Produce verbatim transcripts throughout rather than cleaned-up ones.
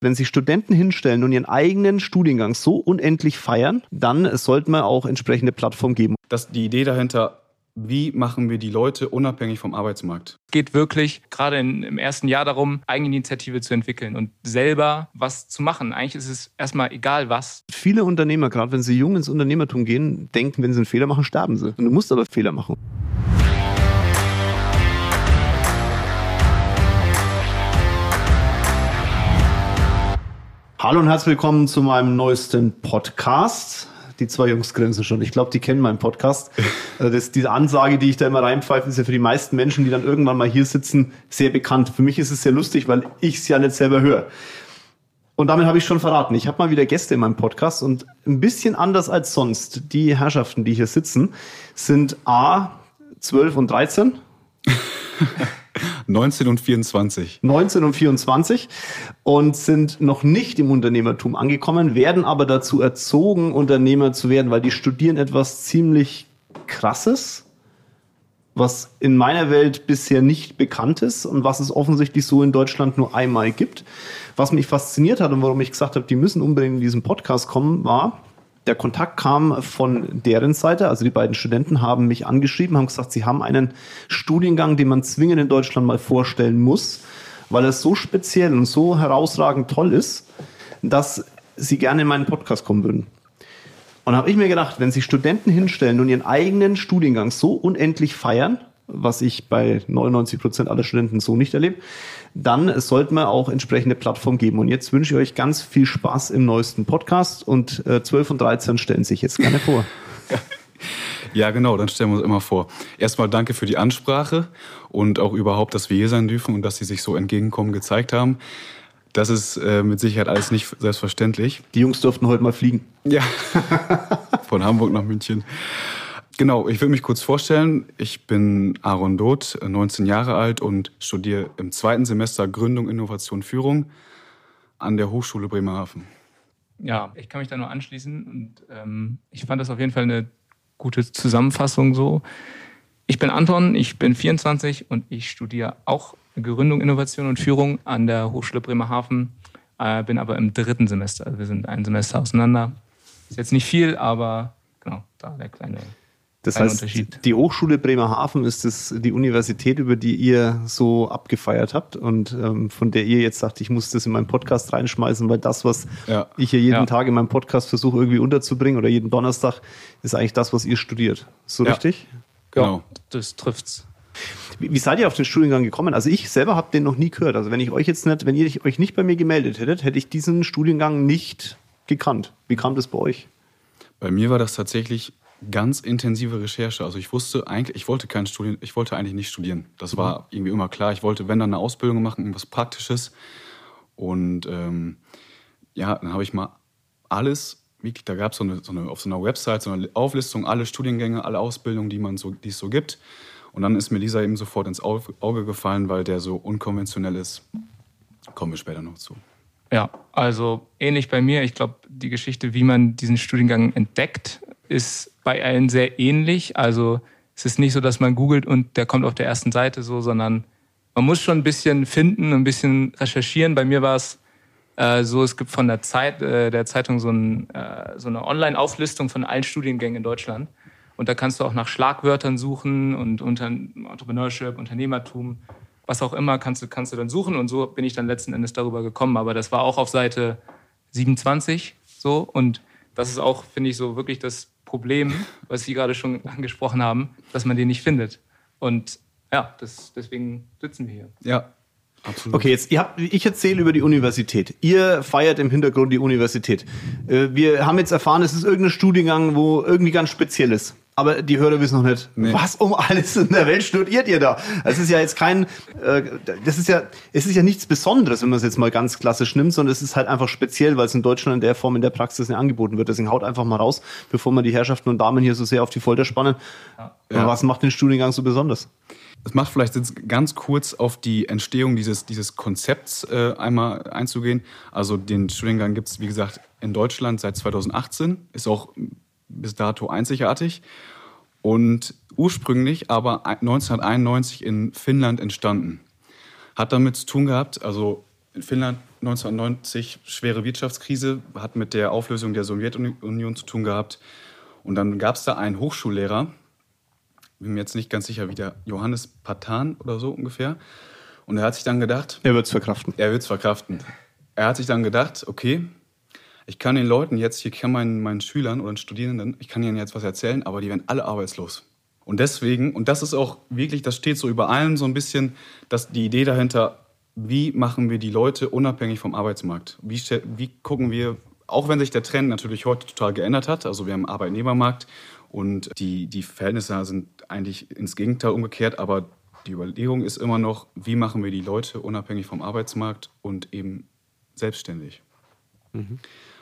Wenn sich Studenten hinstellen und ihren eigenen Studiengang so unendlich feiern, dann sollte man auch entsprechende Plattformen geben. Das, die Idee dahinter, wie machen wir die Leute unabhängig vom Arbeitsmarkt? Es geht wirklich gerade in, im ersten Jahr darum, Eigeninitiative zu entwickeln und selber was zu machen. Eigentlich ist es erstmal egal was. Viele Unternehmer, gerade wenn sie jung ins Unternehmertum gehen, denken, wenn sie einen Fehler machen, sterben sie. Und du musst aber Fehler machen. Hallo und herzlich willkommen zu meinem neuesten Podcast. Die zwei Jungs grinsen schon. Ich glaube, die kennen meinen Podcast. Das, diese Ansage, die ich da immer reinpfeife, ist ja für die meisten Menschen, die dann irgendwann mal hier sitzen, sehr bekannt. Für mich ist es sehr lustig, weil ich es ja nicht selber höre. Und damit habe ich schon verraten. Ich habe mal wieder Gäste in meinem Podcast und ein bisschen anders als sonst. Die Herrschaften, die hier sitzen, sind A, zwölf und dreizehn. neunzehn und vierundzwanzig. neunzehn und vierundzwanzig und sind noch nicht im Unternehmertum angekommen, werden aber dazu erzogen, Unternehmer zu werden, weil die studieren etwas ziemlich Krasses, was in meiner Welt bisher nicht bekannt ist und was es offensichtlich so in Deutschland nur einmal gibt. Was mich fasziniert hat und warum ich gesagt habe, die müssen unbedingt in diesen Podcast kommen, war, der Kontakt kam von deren Seite, also die beiden Studenten haben mich angeschrieben, haben gesagt, sie haben einen Studiengang, den man zwingend in Deutschland mal vorstellen muss, weil er so speziell und so herausragend toll ist, dass sie gerne in meinen Podcast kommen würden. Und da habe ich mir gedacht, wenn sich Studenten hinstellen und ihren eigenen Studiengang so unendlich feiern, was ich bei neunundneunzig Prozent aller Studenten so nicht erlebe, dann sollte man auch entsprechende Plattformen geben. Und jetzt wünsche ich euch ganz viel Spaß im neuesten Podcast und äh, zwölf und dreizehn stellen sich jetzt gerne vor. Ja, genau, dann stellen wir uns immer vor. Erstmal danke für die Ansprache und auch überhaupt, dass wir hier sein dürfen und dass Sie sich so entgegenkommen gezeigt haben. Das ist äh, mit Sicherheit alles nicht selbstverständlich. Die Jungs durften heute mal fliegen. Ja, von Hamburg nach München. Genau, ich will mich kurz vorstellen. Ich bin Aaron Doth, neunzehn Jahre alt und studiere im zweiten Semester Gründung, Innovation, Führung an der Hochschule Bremerhaven. Ja, ich kann mich da nur anschließen und ähm, ich fand das auf jeden Fall eine gute Zusammenfassung so. Ich bin Anton, ich bin vierundzwanzig und ich studiere auch Gründung, Innovation und Führung an der Hochschule Bremerhaven, äh, bin aber im dritten Semester. Also wir sind ein Semester auseinander. Ist jetzt nicht viel, aber genau, da der kleine Das heißt, die Hochschule Bremerhaven ist das die Universität, über die ihr so abgefeiert habt und ähm, von der ihr jetzt sagt, ich muss das in meinen Podcast reinschmeißen, weil das, was ja. ich hier jeden ja. Tag in meinem Podcast versuche irgendwie unterzubringen oder jeden Donnerstag, ist eigentlich das, was ihr studiert. So ja. richtig? Genau. Ja, das trifft's. Wie, wie seid ihr auf den Studiengang gekommen? Also ich selber habe den noch nie gehört. Also wenn ich euch jetzt nicht, wenn ihr euch nicht bei mir gemeldet hättet, hätte ich diesen Studiengang nicht gekannt. Wie kam das bei euch? Bei mir war das tatsächlich ganz intensive Recherche. Also ich wusste eigentlich, ich wollte kein Studien, ich wollte eigentlich nicht studieren. Das war irgendwie immer klar. Ich wollte, wenn dann eine Ausbildung machen, irgendwas Praktisches. Und ähm, ja, dann habe ich mal alles, wirklich, da gab so es so eine, auf so einer Website so eine Auflistung, alle Studiengänge, alle Ausbildungen, die man so, die es so gibt. Und dann ist mir dieser eben sofort ins Auge gefallen, weil der so unkonventionell ist. Kommen wir später noch zu. Ja, also ähnlich bei mir. Ich glaube, die Geschichte, wie man diesen Studiengang entdeckt, ist bei allen sehr ähnlich. Also es ist nicht so, dass man googelt und der kommt auf der ersten Seite so, sondern man muss schon ein bisschen finden, ein bisschen recherchieren. Bei mir war es äh, so, es gibt von der Zeit, äh, der Zeitung so, ein, äh, so eine Online-Auflistung von allen Studiengängen in Deutschland. Und da kannst du auch nach Schlagwörtern suchen und unter Entrepreneurship, Unternehmertum, was auch immer, kannst du, kannst du dann suchen. Und so bin ich dann letzten Endes darüber gekommen. Aber das war auch auf Seite siebenundzwanzig so. Und das ist auch, finde ich, so wirklich das Problem, was Sie gerade schon angesprochen haben, dass man den nicht findet. Und ja, das, deswegen sitzen wir hier. Ja, absolut. Okay, jetzt, ihr habt, ich erzähle über die Universität. Ihr feiert im Hintergrund die Universität. Wir haben jetzt erfahren, es ist irgendein Studiengang, wo irgendwie ganz speziell ist. Aber die Hörer wissen noch nicht, nee. was um alles in der Welt studiert ihr da? Es ist ja jetzt kein, äh, das ist ja, es ist ja nichts Besonderes, wenn man es jetzt mal ganz klassisch nimmt, sondern es ist halt einfach speziell, weil es in Deutschland in der Form, in der Praxis nicht angeboten wird. Deswegen haut einfach mal raus, bevor wir die Herrschaften und Damen hier so sehr auf die Folter spannen. Ja. Ja. Was macht den Studiengang so besonders? Es macht vielleicht jetzt ganz kurz auf die Entstehung dieses, dieses Konzepts äh, einmal einzugehen. Also den Studiengang gibt es, wie gesagt, in Deutschland seit zweitausendachtzehn, ist auch bis dato einzigartig und ursprünglich aber neunzehnhunderteinundneunzig in Finnland entstanden. Hat damit zu tun gehabt, also in Finnland neunzehnhundertneunzig schwere Wirtschaftskrise, hat mit der Auflösung der Sowjetunion zu tun gehabt. Und dann gab es da einen Hochschullehrer, bin mir jetzt nicht ganz sicher, wie der Johannes Patan oder so ungefähr. Und er hat sich dann gedacht... Er wird es verkraften. Er wird es verkraften. Er hat sich dann gedacht, okay, ich kann den Leuten jetzt, hier kann meinen, meinen Schülern oder den Studierenden, ich kann ihnen jetzt was erzählen, aber die werden alle arbeitslos. Und deswegen, und das ist auch wirklich, das steht so über allem so ein bisschen, dass die Idee dahinter, wie machen wir die Leute unabhängig vom Arbeitsmarkt? Wie, wie gucken wir, auch wenn sich der Trend natürlich heute total geändert hat, also wir haben einen Arbeitnehmermarkt und die, die Verhältnisse sind eigentlich ins Gegenteil umgekehrt, aber die Überlegung ist immer noch, wie machen wir die Leute unabhängig vom Arbeitsmarkt und eben selbstständig. Mhm.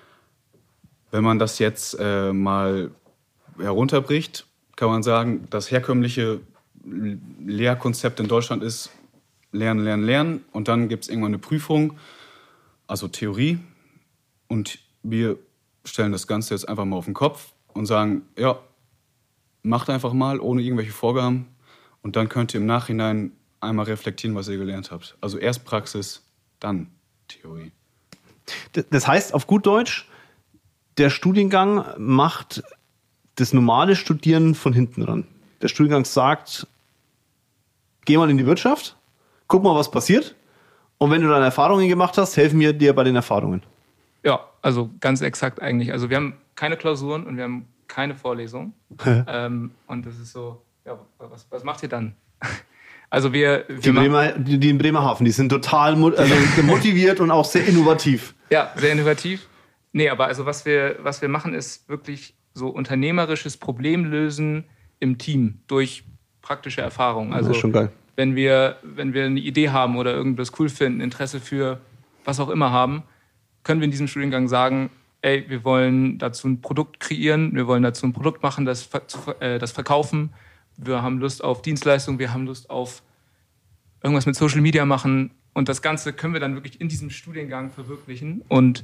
Wenn man das jetzt äh, mal herunterbricht, kann man sagen, das herkömmliche Lehrkonzept in Deutschland ist Lernen, Lernen, Lernen und dann gibt es irgendwann eine Prüfung, also Theorie und wir stellen das Ganze jetzt einfach mal auf den Kopf und sagen, ja, macht einfach mal ohne irgendwelche Vorgaben und dann könnt ihr im Nachhinein einmal reflektieren, was ihr gelernt habt. Also erst Praxis, dann Theorie. Das heißt auf gut Deutsch, der Studiengang macht das normale Studieren von hinten ran. Der Studiengang sagt, geh mal in die Wirtschaft, guck mal, was passiert. Und wenn du dann Erfahrungen gemacht hast, helfen wir dir bei den Erfahrungen. Ja, also ganz exakt eigentlich. Also wir haben keine Klausuren und wir haben keine Vorlesungen. ähm, und das ist so, ja, was, was macht ihr dann? Also wir, wir die, Bremer, die, die in Bremerhaven, die sind total also motiviert und auch sehr innovativ. Ja, sehr innovativ. Nee, aber also was wir, was wir machen, ist wirklich so unternehmerisches Problemlösen im Team durch praktische Erfahrung. Also das ist schon geil. Wenn wir, wenn wir eine Idee haben oder irgendwas cool finden, Interesse für was auch immer haben, können wir in diesem Studiengang sagen, ey, wir wollen dazu ein Produkt kreieren, wir wollen dazu ein Produkt machen, das, äh, das verkaufen, wir haben Lust auf Dienstleistungen, wir haben Lust auf irgendwas mit Social Media machen und das Ganze können wir dann wirklich in diesem Studiengang verwirklichen und,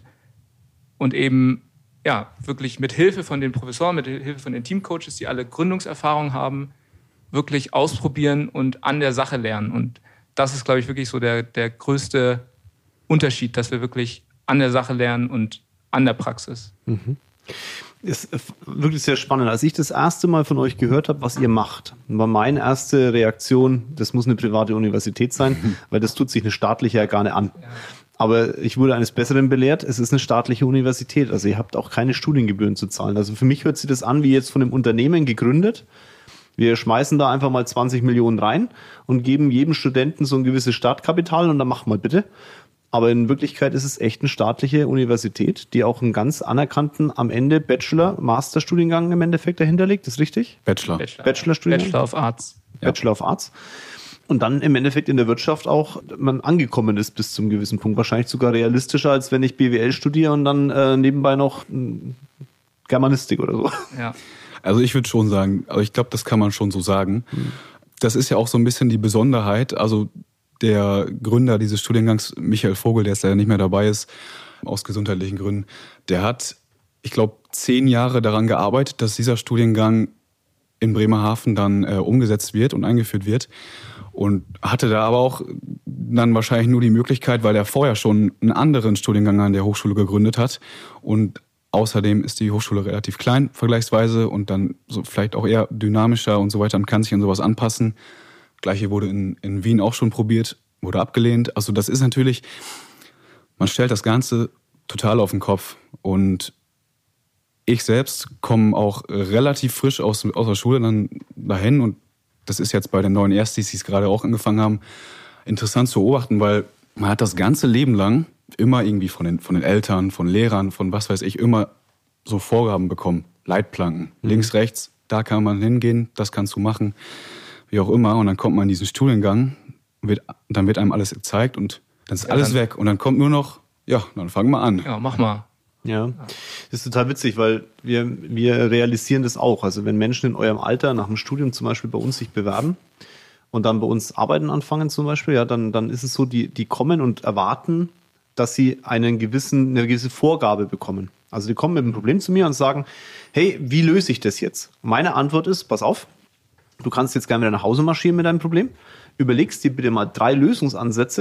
und eben ja, wirklich mit Hilfe von den Professoren, mit Hilfe von den Teamcoaches, die alle Gründungserfahrung haben, wirklich ausprobieren und an der Sache lernen. Und das ist, glaube ich, wirklich so der, der größte Unterschied, dass wir wirklich an der Sache lernen und an der Praxis. Mhm. Ist wirklich sehr spannend. Als ich das erste Mal von euch gehört habe, was ihr macht, war meine erste Reaktion, das muss eine private Universität sein, mhm. weil das tut sich eine staatliche ja gar nicht an. Ja. Aber ich wurde eines Besseren belehrt, es ist eine staatliche Universität. Also ihr habt auch keine Studiengebühren zu zahlen. Also für mich hört sich das an wie jetzt von einem Unternehmen gegründet. Wir schmeißen da einfach mal zwanzig Millionen rein und geben jedem Studenten so ein gewisses Startkapital und dann mach mal bitte. Aber in Wirklichkeit ist es echt eine staatliche Universität, die auch einen ganz anerkannten, am Ende Bachelor-, Masterstudiengang im Endeffekt dahinter legt. Ist richtig? Bachelor. Bachelor. Bachelor-Studiengang? Bachelor of Arts. Bachelor ja. of Arts. Und dann im Endeffekt in der Wirtschaft auch man angekommen ist bis zum gewissen Punkt. Wahrscheinlich sogar realistischer, als wenn ich B W L studiere und dann äh, nebenbei noch äh, Germanistik oder so. Ja. Also ich würde schon sagen, aber ich glaube, das kann man schon so sagen. Das ist ja auch so ein bisschen die Besonderheit. Also der Gründer dieses Studiengangs, Michael Vogel, der jetzt leider nicht mehr dabei ist, aus gesundheitlichen Gründen, der hat, ich glaube, zehn Jahre daran gearbeitet, dass dieser Studiengang in Bremerhaven dann äh, umgesetzt wird und eingeführt wird. Und hatte da aber auch dann wahrscheinlich nur die Möglichkeit, weil er vorher schon einen anderen Studiengang an der Hochschule gegründet hat. Und außerdem ist die Hochschule relativ klein vergleichsweise und dann so vielleicht auch eher dynamischer und so weiter und kann sich an sowas anpassen. Gleiche wurde in, in Wien auch schon probiert, wurde abgelehnt. Also das ist natürlich, man stellt das Ganze total auf den Kopf. Und ich selbst komme auch relativ frisch aus, aus der Schule dann dahin und das ist jetzt bei den neuen Erstis, die es gerade auch angefangen haben, interessant zu beobachten, weil man hat das ganze Leben lang immer irgendwie von den, von den Eltern, von Lehrern, von was weiß ich, immer so Vorgaben bekommen. Leitplanken. Mhm. Links, rechts, da kann man hingehen, das kannst du machen, wie auch immer. Und dann kommt man in diesen Studiengang, wird, dann wird einem alles gezeigt und dann ist ja, alles dann weg. Und dann kommt nur noch, ja, dann fangen wir an. Ja, mach mal. Ja, das ist total witzig, weil wir, wir realisieren das auch. Also wenn Menschen in eurem Alter nach dem Studium zum Beispiel bei uns sich bewerben und dann bei uns arbeiten anfangen zum Beispiel, ja, dann, dann ist es so, die, die kommen und erwarten, dass sie einen gewissen, eine gewisse Vorgabe bekommen. Also die kommen mit einem Problem zu mir und sagen, hey, wie löse ich das jetzt? Meine Antwort ist, pass auf, du kannst jetzt gerne wieder nach Hause marschieren mit deinem Problem, überlegst dir bitte mal drei Lösungsansätze,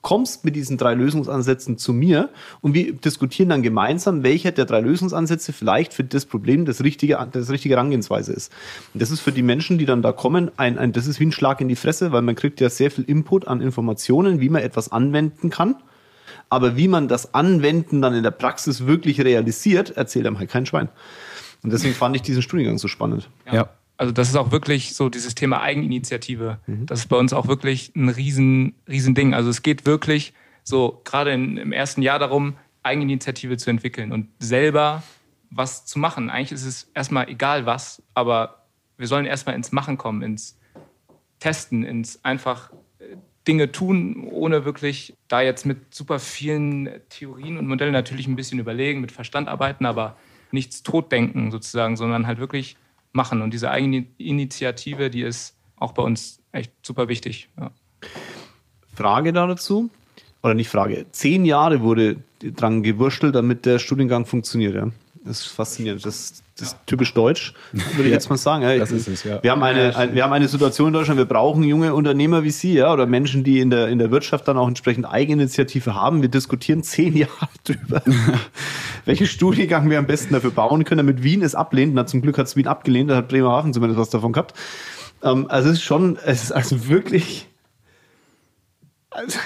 kommst mit diesen drei Lösungsansätzen zu mir und wir diskutieren dann gemeinsam, welcher der drei Lösungsansätze vielleicht für das Problem das richtige, das richtige Herangehensweise ist. Und das ist für die Menschen, die dann da kommen, ein, ein, das ist wie ein Schlag in die Fresse, weil man kriegt ja sehr viel Input an Informationen, wie man etwas anwenden kann. Aber wie man das Anwenden dann in der Praxis wirklich realisiert, erzählt einem halt kein Schwein. Und deswegen fand ich diesen Studiengang so spannend. Ja. ja. Also das ist auch wirklich so dieses Thema Eigeninitiative. Mhm. Das ist bei uns auch wirklich ein riesen, riesen Ding. Also es geht wirklich so gerade in, im ersten Jahr darum, Eigeninitiative zu entwickeln und selber was zu machen. Eigentlich ist es erstmal egal was, aber wir sollen erstmal ins Machen kommen, ins Testen, ins einfach Dinge tun, ohne wirklich da jetzt mit super vielen Theorien und Modellen natürlich ein bisschen überlegen, mit Verstand arbeiten, aber nichts totdenken sozusagen, sondern halt wirklich machen. Und diese eigene Initiative, die ist auch bei uns echt super wichtig. Ja. Frage dazu, oder nicht Frage, zehn Jahre wurde dran gewurschtelt, damit der Studiengang funktioniert. Ja? Das ist faszinierend. Das, das ist typisch deutsch, würde ich jetzt mal sagen. Ja, das ist es, ja. Wir haben eine, ein, wir haben eine Situation in Deutschland, wir brauchen junge Unternehmer wie Sie, ja, oder Menschen, die in der, in der Wirtschaft dann auch entsprechend Eigeninitiative haben. Wir diskutieren zehn Jahre drüber, welchen Studiengang wir am besten dafür bauen können, damit Wien es ablehnt. Na, zum Glück hat es Wien abgelehnt, da hat Bremerhaven zumindest was davon gehabt. Ähm, also es ist schon, es ist also wirklich, also,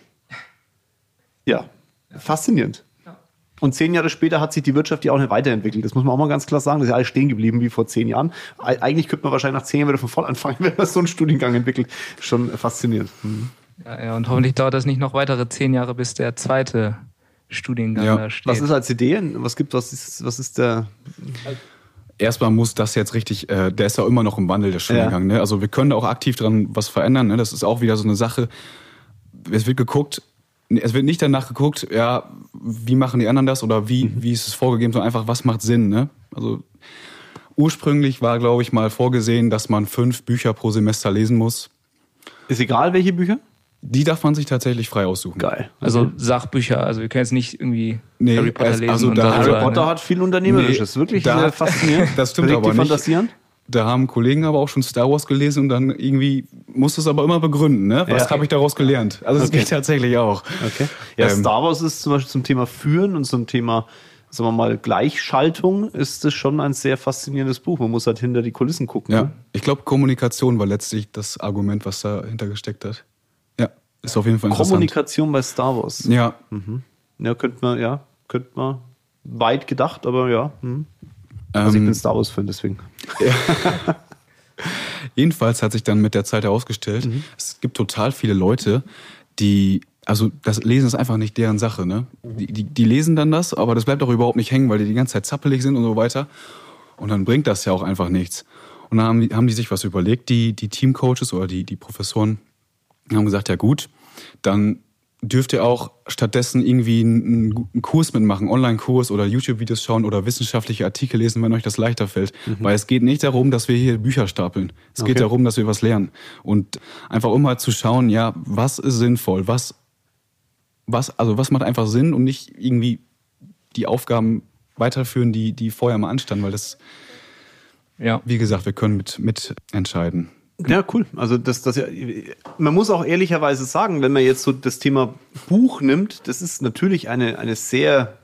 ja, faszinierend. Und zehn Jahre später hat sich die Wirtschaft ja auch nicht weiterentwickelt. Das muss man auch mal ganz klar sagen. Das ist ja alles stehen geblieben wie vor zehn Jahren. Eigentlich könnte man wahrscheinlich nach zehn Jahren wieder von voll anfangen, wenn man so einen Studiengang entwickelt. Schon faszinierend. Mhm. Ja, ja, und hoffentlich dauert das nicht noch weitere zehn Jahre, bis der zweite Studiengang ja. da steht. Was ist als Idee? Was gibt, was ist, was ist der... Erstmal muss das jetzt richtig, äh, der ist ja immer noch im Wandel, der Studiengang. Ja. Ne? Also wir können da auch aktiv dran was verändern. Ne? Das ist auch wieder so eine Sache. Es wird geguckt, es wird nicht danach geguckt, ja, wie machen die anderen das oder wie, mhm. wie ist es vorgegeben, sondern einfach, was macht Sinn. Ne? Also ursprünglich war, glaube ich, mal vorgesehen, dass man fünf Bücher pro Semester lesen muss. Ist egal, welche Bücher? Die darf man sich tatsächlich frei aussuchen. Geil. Also okay. Sachbücher, also wir können jetzt nicht irgendwie nee, Harry Potter es, lesen. Also und da, Harry Harry Potter ne? hat viel Unternehmerisches, nee, wirklich da, sehr faszinierend. Das stimmt aber nicht. Fantasieren? Da haben Kollegen aber auch schon Star Wars gelesen und dann irgendwie musst du es aber immer begründen, ne? Was ja. habe ich daraus gelernt? Also das okay. geht tatsächlich auch. Okay. Ja, ähm, Star Wars ist zum Beispiel zum Thema Führen und zum Thema, sagen wir mal, Gleichschaltung ist es schon ein sehr faszinierendes Buch. Man muss halt hinter die Kulissen gucken. Ja, ne? Ich glaube, Kommunikation war letztlich das Argument, was dahinter gesteckt hat. Ja, ist auf jeden Fall interessant. Kommunikation bei Star Wars. Ja. Mhm. Ja, könnte man, ja, könnte man weit gedacht, aber ja. Mhm. Also ich bin Star Wars-Fan, deswegen. Ja. Jedenfalls hat sich dann mit der Zeit herausgestellt, mhm. es gibt total viele Leute, die, also das Lesen ist einfach nicht deren Sache. Ne? Die, die, die lesen dann das, aber das bleibt auch überhaupt nicht hängen, weil die die ganze Zeit zappelig sind und so weiter. Und dann bringt das ja auch einfach nichts. Und dann haben die, haben die sich was überlegt, die, die Teamcoaches oder die, die Professoren, haben gesagt, ja gut, dann dürft ihr auch stattdessen irgendwie einen, einen Kurs mitmachen, Online-Kurs oder YouTube-Videos schauen oder wissenschaftliche Artikel lesen, wenn euch das leichter fällt. Mhm. Weil es geht nicht darum, dass wir hier Bücher stapeln. Es okay. geht darum, dass wir was lernen. Und einfach um mal zu schauen, ja, was ist sinnvoll, was, was, also was macht einfach Sinn und nicht irgendwie die Aufgaben weiterführen, die, die vorher mal anstanden, weil das, ja, wie gesagt, wir können mit, mit entscheiden. Ja, cool. Also das, das ja, man muss auch ehrlicherweise sagen, wenn man jetzt so das Thema Buch nimmt, das ist natürlich eine, eine sehr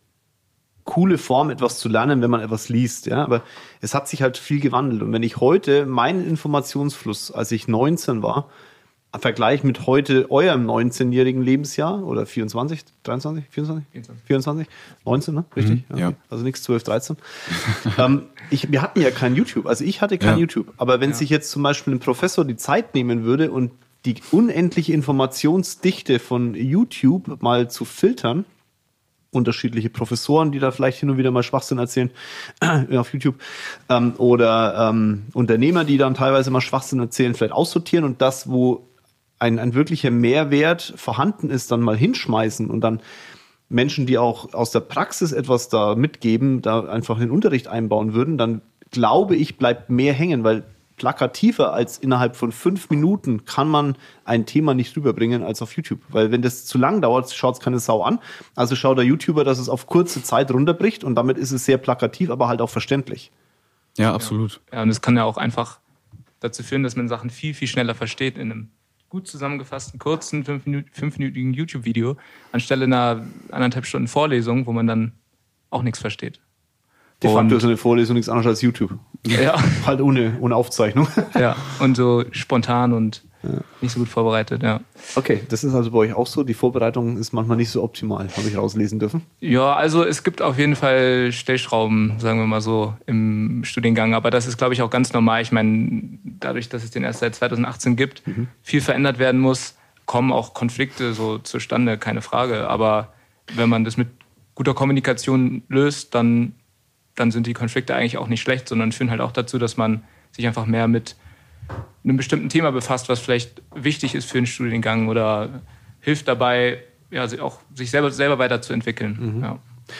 coole Form, etwas zu lernen, wenn man etwas liest. Ja, aber es hat sich halt viel gewandelt. Und wenn ich heute meinen Informationsfluss, als ich neunzehn war, vergleiche mit heute eurem neunzehnjährigen Lebensjahr oder vierundzwanzig, dreiundzwanzig, vierundzwanzig, vierundzwanzig, vierundzwanzig neunzehn, ne? Richtig? Mhm, ja. Okay. Also nichts zwölf, dreizehn. ähm, ich, wir hatten ja kein YouTube, also ich hatte kein ja. YouTube. Aber wenn ja. sich jetzt zum Beispiel ein Professor die Zeit nehmen würde und die unendliche Informationsdichte von YouTube mal zu filtern, unterschiedliche Professoren, die da vielleicht hin und wieder mal Schwachsinn erzählen auf YouTube, ähm, oder ähm, Unternehmer, die dann teilweise mal Schwachsinn erzählen, vielleicht aussortieren und das, wo ein, ein wirklicher Mehrwert vorhanden ist, dann mal hinschmeißen und dann Menschen, die auch aus der Praxis etwas da mitgeben, da einfach in den Unterricht einbauen würden, dann glaube ich, bleibt mehr hängen, weil plakativer als innerhalb von fünf Minuten kann man ein Thema nicht rüberbringen als auf YouTube. Weil wenn das zu lang dauert, schaut es keine Sau an. Also schaut der YouTuber, dass es auf kurze Zeit runterbricht und damit ist es sehr plakativ, aber halt auch verständlich. Ja, absolut. Ja, und es kann ja auch einfach dazu führen, dass man Sachen viel, viel schneller versteht in einem gut zusammengefassten, kurzen, fünf Minuten, fünfminütigen YouTube-Video anstelle einer anderthalb Stunden Vorlesung, wo man dann auch nichts versteht. De facto ist eine Vorlesung nichts anderes als YouTube. Ja. Halt ohne, ohne Aufzeichnung. Ja, und so spontan und ja. nicht so gut vorbereitet, ja. Okay, das ist also bei euch auch so. Die Vorbereitung ist manchmal nicht so optimal, habe ich rauslesen dürfen. Ja, also es gibt auf jeden Fall Stellschrauben, sagen wir mal so, im Studiengang. Aber das ist, glaube ich, auch ganz normal. Ich meine, dadurch, dass es den erst seit zweitausendachtzehn gibt, mhm. viel verändert werden muss, kommen auch Konflikte so zustande, keine Frage. Aber wenn man das mit guter Kommunikation löst, dann dann sind die Konflikte eigentlich auch nicht schlecht, sondern führen halt auch dazu, dass man sich einfach mehr mit einem bestimmten Thema befasst, was vielleicht wichtig ist für einen Studiengang oder hilft dabei, ja, auch sich selber, selber weiterzuentwickeln. Mhm. Ja.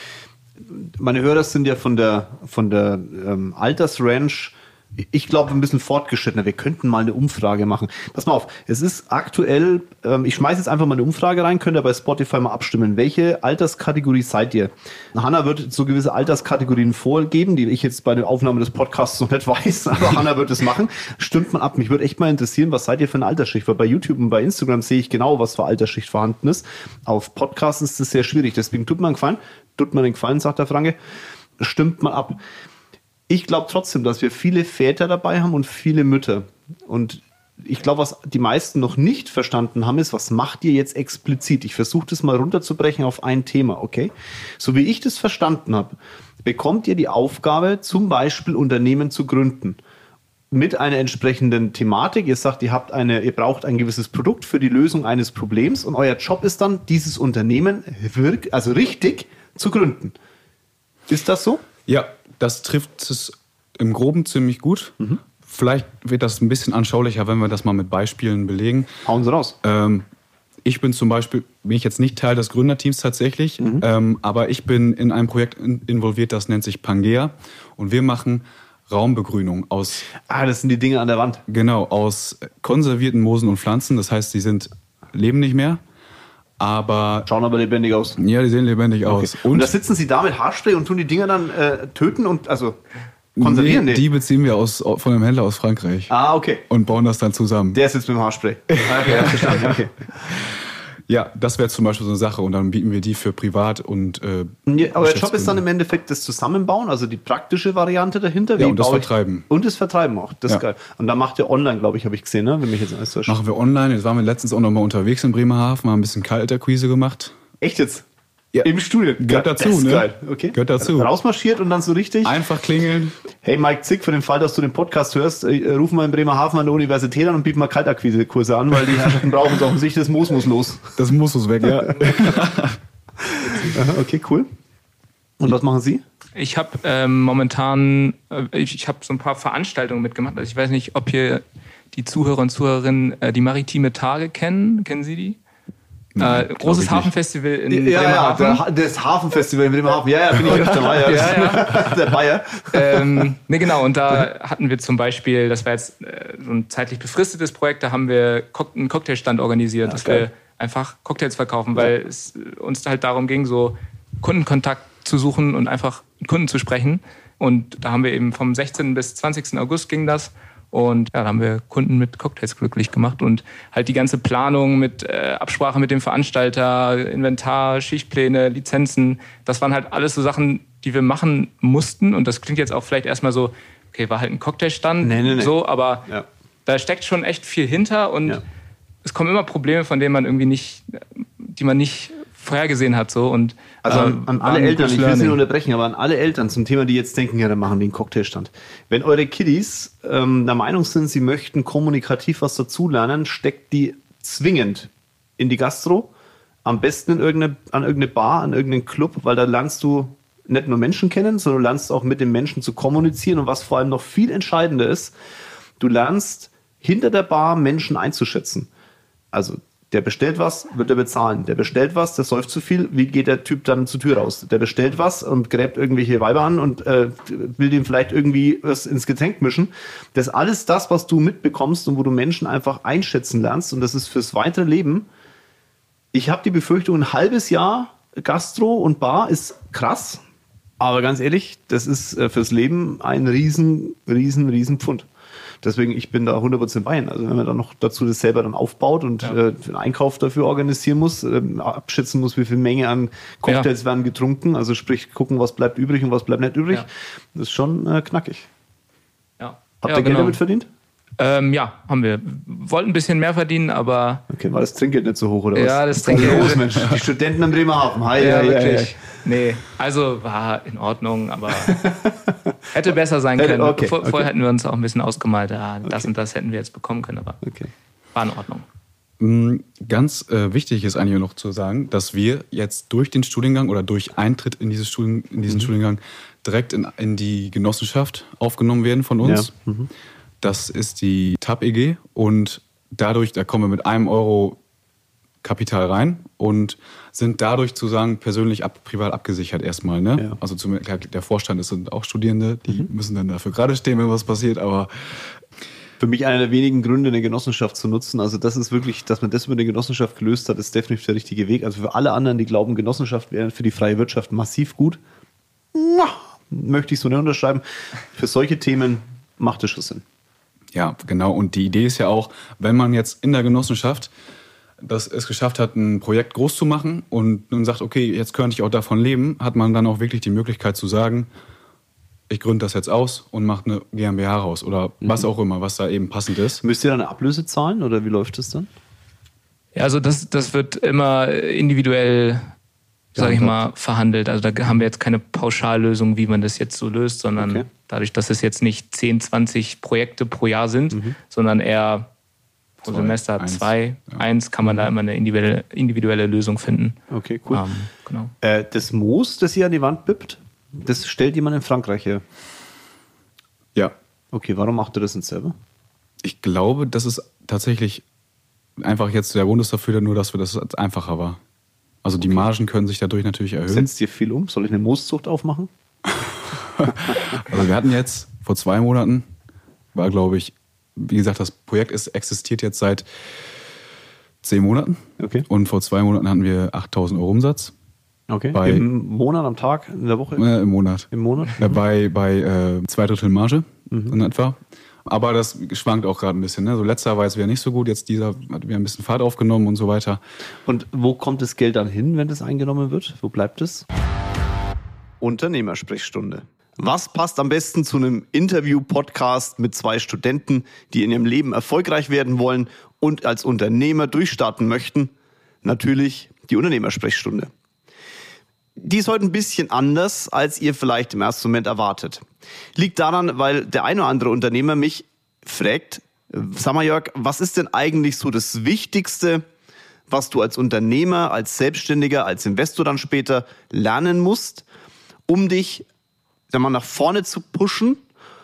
Meine Hörer sind ja von der, von der ähm, Altersrange, ich glaube, ein bisschen fortgeschrittener. Wir könnten mal eine Umfrage machen. Pass mal auf, es ist aktuell, ähm, ich schmeiße jetzt einfach mal eine Umfrage rein, könnt ihr bei Spotify mal abstimmen. Welche Alterskategorie seid ihr? Hanna wird so gewisse Alterskategorien vorgeben, die ich jetzt bei der Aufnahme des Podcasts noch nicht weiß, aber Hanna wird es machen. Stimmt mal ab. Mich würde echt mal interessieren, was seid ihr für eine Altersschicht? Weil bei YouTube und bei Instagram sehe ich genau, was für Altersschicht vorhanden ist. Auf Podcasts ist das sehr schwierig. Deswegen tut mir einen Gefallen. Tut mir den Gefallen, sagt der Franke. Stimmt mal ab. Ich glaube trotzdem, dass wir viele Väter dabei haben und viele Mütter. Und ich glaube, was die meisten noch nicht verstanden haben, ist, was macht ihr jetzt explizit? Ich versuche das mal runterzubrechen auf ein Thema, okay? So wie ich das verstanden habe, bekommt ihr die Aufgabe, zum Beispiel Unternehmen zu gründen. Mit einer entsprechenden Thematik. Ihr sagt, ihr habt eine, ihr braucht ein gewisses Produkt für die Lösung eines Problems und euer Job ist dann, dieses Unternehmen wirk- also richtig zu gründen. Ist das so? Ja, das trifft es im Groben ziemlich gut. Mhm. Vielleicht wird das ein bisschen anschaulicher, wenn wir das mal mit Beispielen belegen. Hauen Sie raus. Ähm, ich bin zum Beispiel, bin ich jetzt nicht Teil des Gründerteams tatsächlich, mhm. ähm, aber ich bin in einem Projekt involviert, das nennt sich Pangea. Und wir machen Raumbegrünung aus... Ah, das sind die Dinge an der Wand. Genau, aus konservierten Moosen und Pflanzen. Das heißt, sie sind, leben nicht mehr. Aber schauen aber lebendig aus. Ja, die sehen lebendig okay. aus. Und, und da sitzen Sie da mit Haarspray und tun die Dinger dann äh, töten und also konservieren? Nee, nee. Die beziehen wir aus, von einem Händler aus Frankreich. Ah, okay. Und bauen das dann zusammen. Der sitzt mit dem Haarspray. Okay, verstanden. Okay. Ja, das wäre zum Beispiel so eine Sache und dann bieten wir die für privat und äh, ja, aber der Job ist dann im Endeffekt das Zusammenbauen, also die praktische Variante dahinter. Wie ja, und das Vertreiben. Und das Vertreiben auch, das ja. ist geil. Und da macht ihr online, glaube ich, habe ich gesehen, ne? Wenn mich jetzt alles täuscht. Machen wir online, jetzt waren wir letztens auch noch mal unterwegs in Bremerhaven, haben ein bisschen Kaltakquise gemacht. Echt jetzt? Ja. Im Studio? Gehört dazu, das ist ne? Geil. Okay. Gehört dazu. Rausmarschiert und dann so richtig? Einfach klingeln. Hey Mike Zick, für den Fall, dass du den Podcast hörst, äh, rufen wir in Bremerhaven an der Universität an und bieten mal Kaltakquise-Kurse an, weil die Herrschaften brauchen es offensichtlich, das Moos muss los. Das Moos muss weg, ja. Okay, cool. Und was machen Sie? Ich habe ähm, momentan, äh, ich, ich habe so ein paar Veranstaltungen mitgemacht. Also ich weiß nicht, ob hier die Zuhörer und Zuhörerinnen äh, die Maritime Tage kennen. Kennen Sie die? Nein, äh, großes Hafenfestival in ja, Bremerhaven. Ja, das Hafenfestival in Bremerhaven. Ja, ja, bin ich öfter mal. Ja, ja, ja. Der Bayer. Ähm, ne, genau. Und da hatten wir zum Beispiel, das war jetzt äh, so ein zeitlich befristetes Projekt, da haben wir einen Cocktailstand organisiert, ja, dass geil. wir einfach Cocktails verkaufen, weil ja. es uns halt darum ging, so Kundenkontakt zu suchen und einfach mit Kunden zu sprechen. Und da haben wir eben vom sechzehnten bis zwanzigsten August ging das. Und ja, da haben wir Kunden mit Cocktails glücklich gemacht und halt die ganze Planung mit äh, Absprache mit dem Veranstalter, Inventar, Schichtpläne, Lizenzen, das waren halt alles so Sachen, die wir machen mussten. Und das klingt jetzt auch vielleicht erstmal so, okay, war halt ein Cocktailstand, nee, nee, nee. so, aber ja. da steckt schon echt viel hinter und ja. es kommen immer Probleme, von denen man irgendwie nicht, die man nicht vorhergesehen hat. So. Und, also an, ähm, an alle Eltern, ich will Sie nicht unterbrechen, aber an alle Eltern zum Thema, die jetzt denken, ja, dann machen die einen Cocktailstand. Wenn eure Kiddies ähm, der Meinung sind, sie möchten kommunikativ was dazulernen, steckt die zwingend in die Gastro, am besten in irgendeine, an irgendeine Bar, an irgendeinen Club, weil da lernst du nicht nur Menschen kennen, sondern du lernst auch mit den Menschen zu kommunizieren und was vor allem noch viel entscheidender ist, du lernst hinter der Bar Menschen einzuschätzen. Also der bestellt was, wird er bezahlen. Der bestellt was, der säuft zu viel, wie geht der Typ dann zur Tür raus? Der bestellt was und gräbt irgendwelche Weiber an und äh, will dem vielleicht irgendwie was ins Getränk mischen. Das ist alles das, was du mitbekommst und wo du Menschen einfach einschätzen lernst und das ist fürs weitere Leben. Ich habe die Befürchtung, ein halbes Jahr Gastro und Bar ist krass, aber ganz ehrlich, das ist äh, fürs Leben ein riesen, riesen, riesen Pfund. Deswegen, ich bin da hundert Prozent bei Ihnen. Also wenn man dann noch dazu das selber dann aufbaut und Ja. äh, den Einkauf dafür organisieren muss, äh, abschätzen muss, wie viel Menge an Cocktails Ja. werden getrunken, also sprich gucken, was bleibt übrig und was bleibt nicht übrig, Ja. das ist schon äh, knackig. Ja. Habt ja, ihr Geld genau. damit verdient? Ähm, ja, haben wir. Wollten ein bisschen mehr verdienen, aber Okay, war das Trinkgeld nicht so hoch oder was? Ja, das Was ist denn Trinkgeld- los, Mensch? Die Studenten in Bremerhaven. Hi, ja, hi, hi, wirklich. hi. Nee, also war in Ordnung, aber hätte besser sein Hätte- können. okay, Vor, okay. Vorher hätten wir uns auch ein bisschen ausgemalt, ja, das und das hätten wir jetzt bekommen können, aber Okay. war in Ordnung. Mm, Ganz äh, wichtig ist eigentlich noch zu sagen, dass wir jetzt durch den Studiengang oder durch Eintritt in, dieses Studien, in diesen Studiengang direkt in, in die Genossenschaft aufgenommen werden von uns. Ja. Mhm. Das ist die T A P E G und dadurch, da kommen wir mit einem Euro Kapital rein und sind dadurch sozusagen persönlich ab, privat abgesichert erstmal. Ne? Ja. Also zum, der Vorstand ist sind auch Studierende, die müssen dann dafür gerade stehen, wenn was passiert, aber Für mich einer der wenigen Gründe, eine Genossenschaft zu nutzen. Also das ist wirklich, dass man das über eine Genossenschaft gelöst hat, ist definitiv der richtige Weg. Also für alle anderen, die glauben, Genossenschaft wäre für die freie Wirtschaft massiv gut, na, möchte ich so nicht unterschreiben. Für solche Themen macht es schon Sinn. ja, genau. Und die Idee ist ja auch, wenn man jetzt in der Genossenschaft das es geschafft hat, ein Projekt groß zu machen und nun sagt, okay, jetzt könnte ich auch davon leben, hat man dann auch wirklich die Möglichkeit zu sagen, ich gründe das jetzt aus und mache eine GmbH raus oder was auch immer, was da eben passend ist. Müsst ihr dann eine Ablöse zahlen oder wie läuft das dann? Ja, also das, das wird immer individuell, sage ich mal, verhandelt. Also da haben wir jetzt keine Pauschallösung, wie man das jetzt so löst, sondern Okay. dadurch, dass es jetzt nicht zehn, zwanzig Projekte pro Jahr sind, sondern eher pro Zwei, Semester eins, zwei, ja. eins, kann man da immer eine individuelle, individuelle Lösung finden. Okay, cool. Ähm, genau. Äh, das Moos, das ihr an die Wand bippt, das stellt jemand in Frankreich her. Ja, Okay, warum macht ihr das nicht selber? ich glaube, das ist tatsächlich einfach jetzt der Grund ist dafür nur, dass wir das einfacher war. Also die Margen können sich dadurch natürlich erhöhen. Setzt ihr viel um? Soll ich eine Mooszucht aufmachen? Also wir hatten jetzt vor zwei Monaten, war glaube ich, wie gesagt, das Projekt ist, existiert jetzt seit zehn Monaten. Okay. Und vor zwei Monaten hatten wir achttausend Euro Umsatz Okay. Bei- Im Monat, am Tag, in der Woche? äh, im Monat. Im Monat? Äh, bei bei äh, zwei Drittel Marge in etwa. Aber das schwankt auch gerade ein bisschen. Ne? So letzter war jetzt wieder nicht so gut, jetzt dieser hat wieder ein bisschen Fahrt aufgenommen und so weiter. Und wo kommt das Geld dann hin, wenn das eingenommen wird? Wo bleibt es? Unternehmersprechstunde. Was passt am besten zu einem Interview-Podcast mit zwei Studenten, die in ihrem Leben erfolgreich werden wollen und als Unternehmer durchstarten möchten? Natürlich die Unternehmersprechstunde. Die ist heute ein bisschen anders, als ihr vielleicht im ersten Moment erwartet. Liegt daran, weil der ein oder andere Unternehmer mich fragt, sag mal Jörg, was ist denn eigentlich so das Wichtigste, was du als Unternehmer, als Selbstständiger, als Investor dann später lernen musst, um dich sag mal, nach vorne zu pushen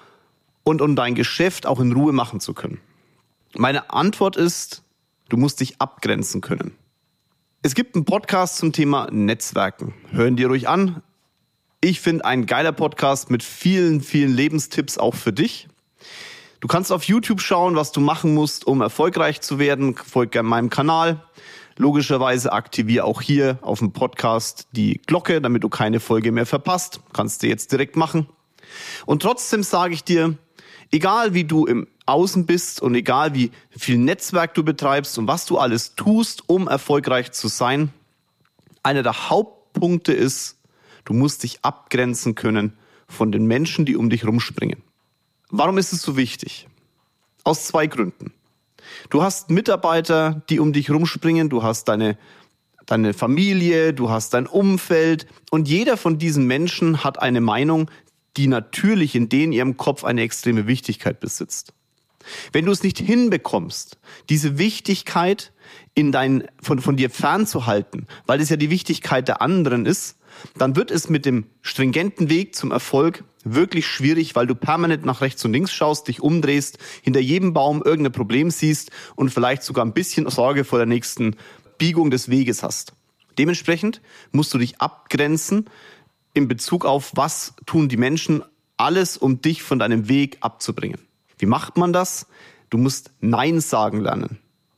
und um dein Geschäft auch in Ruhe machen zu können? Meine Antwort ist, du musst dich abgrenzen können. Es gibt einen Podcast zum Thema Netzwerken. Hören dir ruhig an. Ich finde ein geiler Podcast mit vielen, vielen Lebenstipps auch für dich. Du kannst auf YouTube schauen, was du machen musst, um erfolgreich zu werden. Folg gerne meinem Kanal. Logischerweise aktiviere auch hier auf dem Podcast die Glocke, damit du keine Folge mehr verpasst. Kannst du jetzt direkt machen. Und trotzdem sage ich dir, egal wie du im Außen bist und egal wie viel Netzwerk du betreibst und was du alles tust, um erfolgreich zu sein, einer der Hauptpunkte ist, du musst dich abgrenzen können von den Menschen, die um dich rumspringen. Warum ist es so wichtig? Aus zwei Gründen. Du hast Mitarbeiter, die um dich rumspringen, du hast deine, deine Familie, du hast dein Umfeld und jeder von diesen Menschen hat eine Meinung, die natürlich in denen ihrem Kopf eine extreme Wichtigkeit besitzt. Wenn du es nicht hinbekommst, diese Wichtigkeit in dein, von, von dir fernzuhalten, weil es ja die Wichtigkeit der anderen ist, dann wird es mit dem stringenten Weg zum Erfolg wirklich schwierig, weil du permanent nach rechts und links schaust, dich umdrehst, hinter jedem Baum irgendein Problem siehst und vielleicht sogar ein bisschen Sorge vor der nächsten Biegung des Weges hast. Dementsprechend musst du dich abgrenzen in Bezug auf, was tun die Menschen alles, um dich von deinem Weg abzubringen. Wie macht man das? Du musst Nein sagen lernen.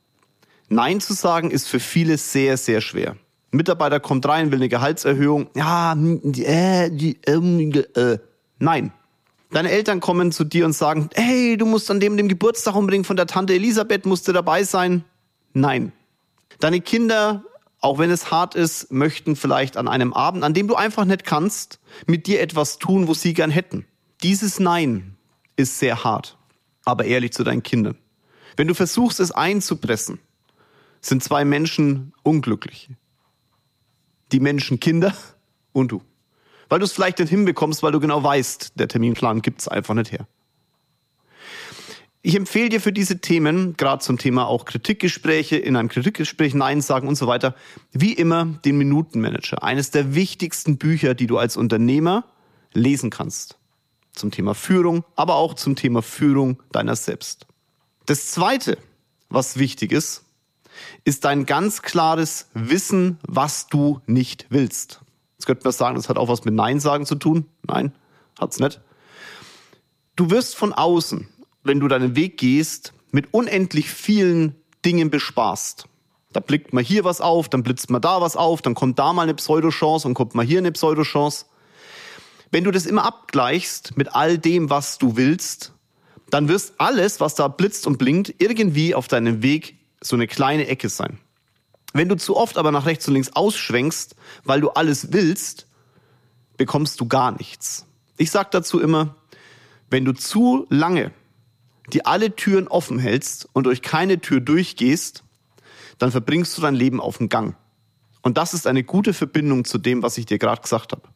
Nein zu sagen ist für viele sehr, sehr schwer. Ein Mitarbeiter kommt rein, will eine Gehaltserhöhung. Ja, äh, die, äh, äh. Nein. Deine Eltern kommen zu dir und sagen, hey, du musst an dem, dem Geburtstag unbedingt von der Tante Elisabeth, musst du dabei sein. Nein. Deine Kinder, auch wenn es hart ist, möchten vielleicht an einem Abend, an dem du einfach nicht kannst, mit dir etwas tun, wo sie gern hätten. Dieses Nein ist sehr hart, aber ehrlich zu deinen Kindern. Wenn du versuchst, es einzupressen, sind zwei Menschen unglücklich. Die Menschen Kinder und du. Weil du es vielleicht nicht hinbekommst, weil du genau weißt, der Terminplan gibt es einfach nicht her. Ich empfehle dir für diese Themen, gerade zum Thema auch Kritikgespräche, in einem Kritikgespräch Nein sagen und so weiter, wie immer den Minutenmanager. Eines der wichtigsten Bücher, die du als Unternehmer lesen kannst. Zum Thema Führung, aber auch zum Thema Führung deiner selbst. Das Zweite, was wichtig ist, ist dein ganz klares Wissen, was du nicht willst. Jetzt könnte man sagen, das hat auch was mit Nein sagen zu tun. Nein, hat's nicht. Du wirst von außen, wenn du deinen Weg gehst, mit unendlich vielen Dingen bespaßt. Da blickt mal hier was auf, dann blitzt mal da was auf, dann kommt da mal eine Pseudochance und kommt mal hier eine Pseudochance. Wenn du das immer abgleichst mit all dem, was du willst, dann wirst alles, was da blitzt und blinkt, irgendwie auf deinem Weg so eine kleine Ecke sein. Wenn du zu oft aber nach rechts und links ausschwenkst, weil du alles willst, bekommst du gar nichts. Ich sage dazu immer, wenn du zu lange die alle Türen offen hältst und durch keine Tür durchgehst, dann verbringst du dein Leben auf dem Gang. Und das ist eine gute Verbindung zu dem, was ich dir gerade gesagt habe.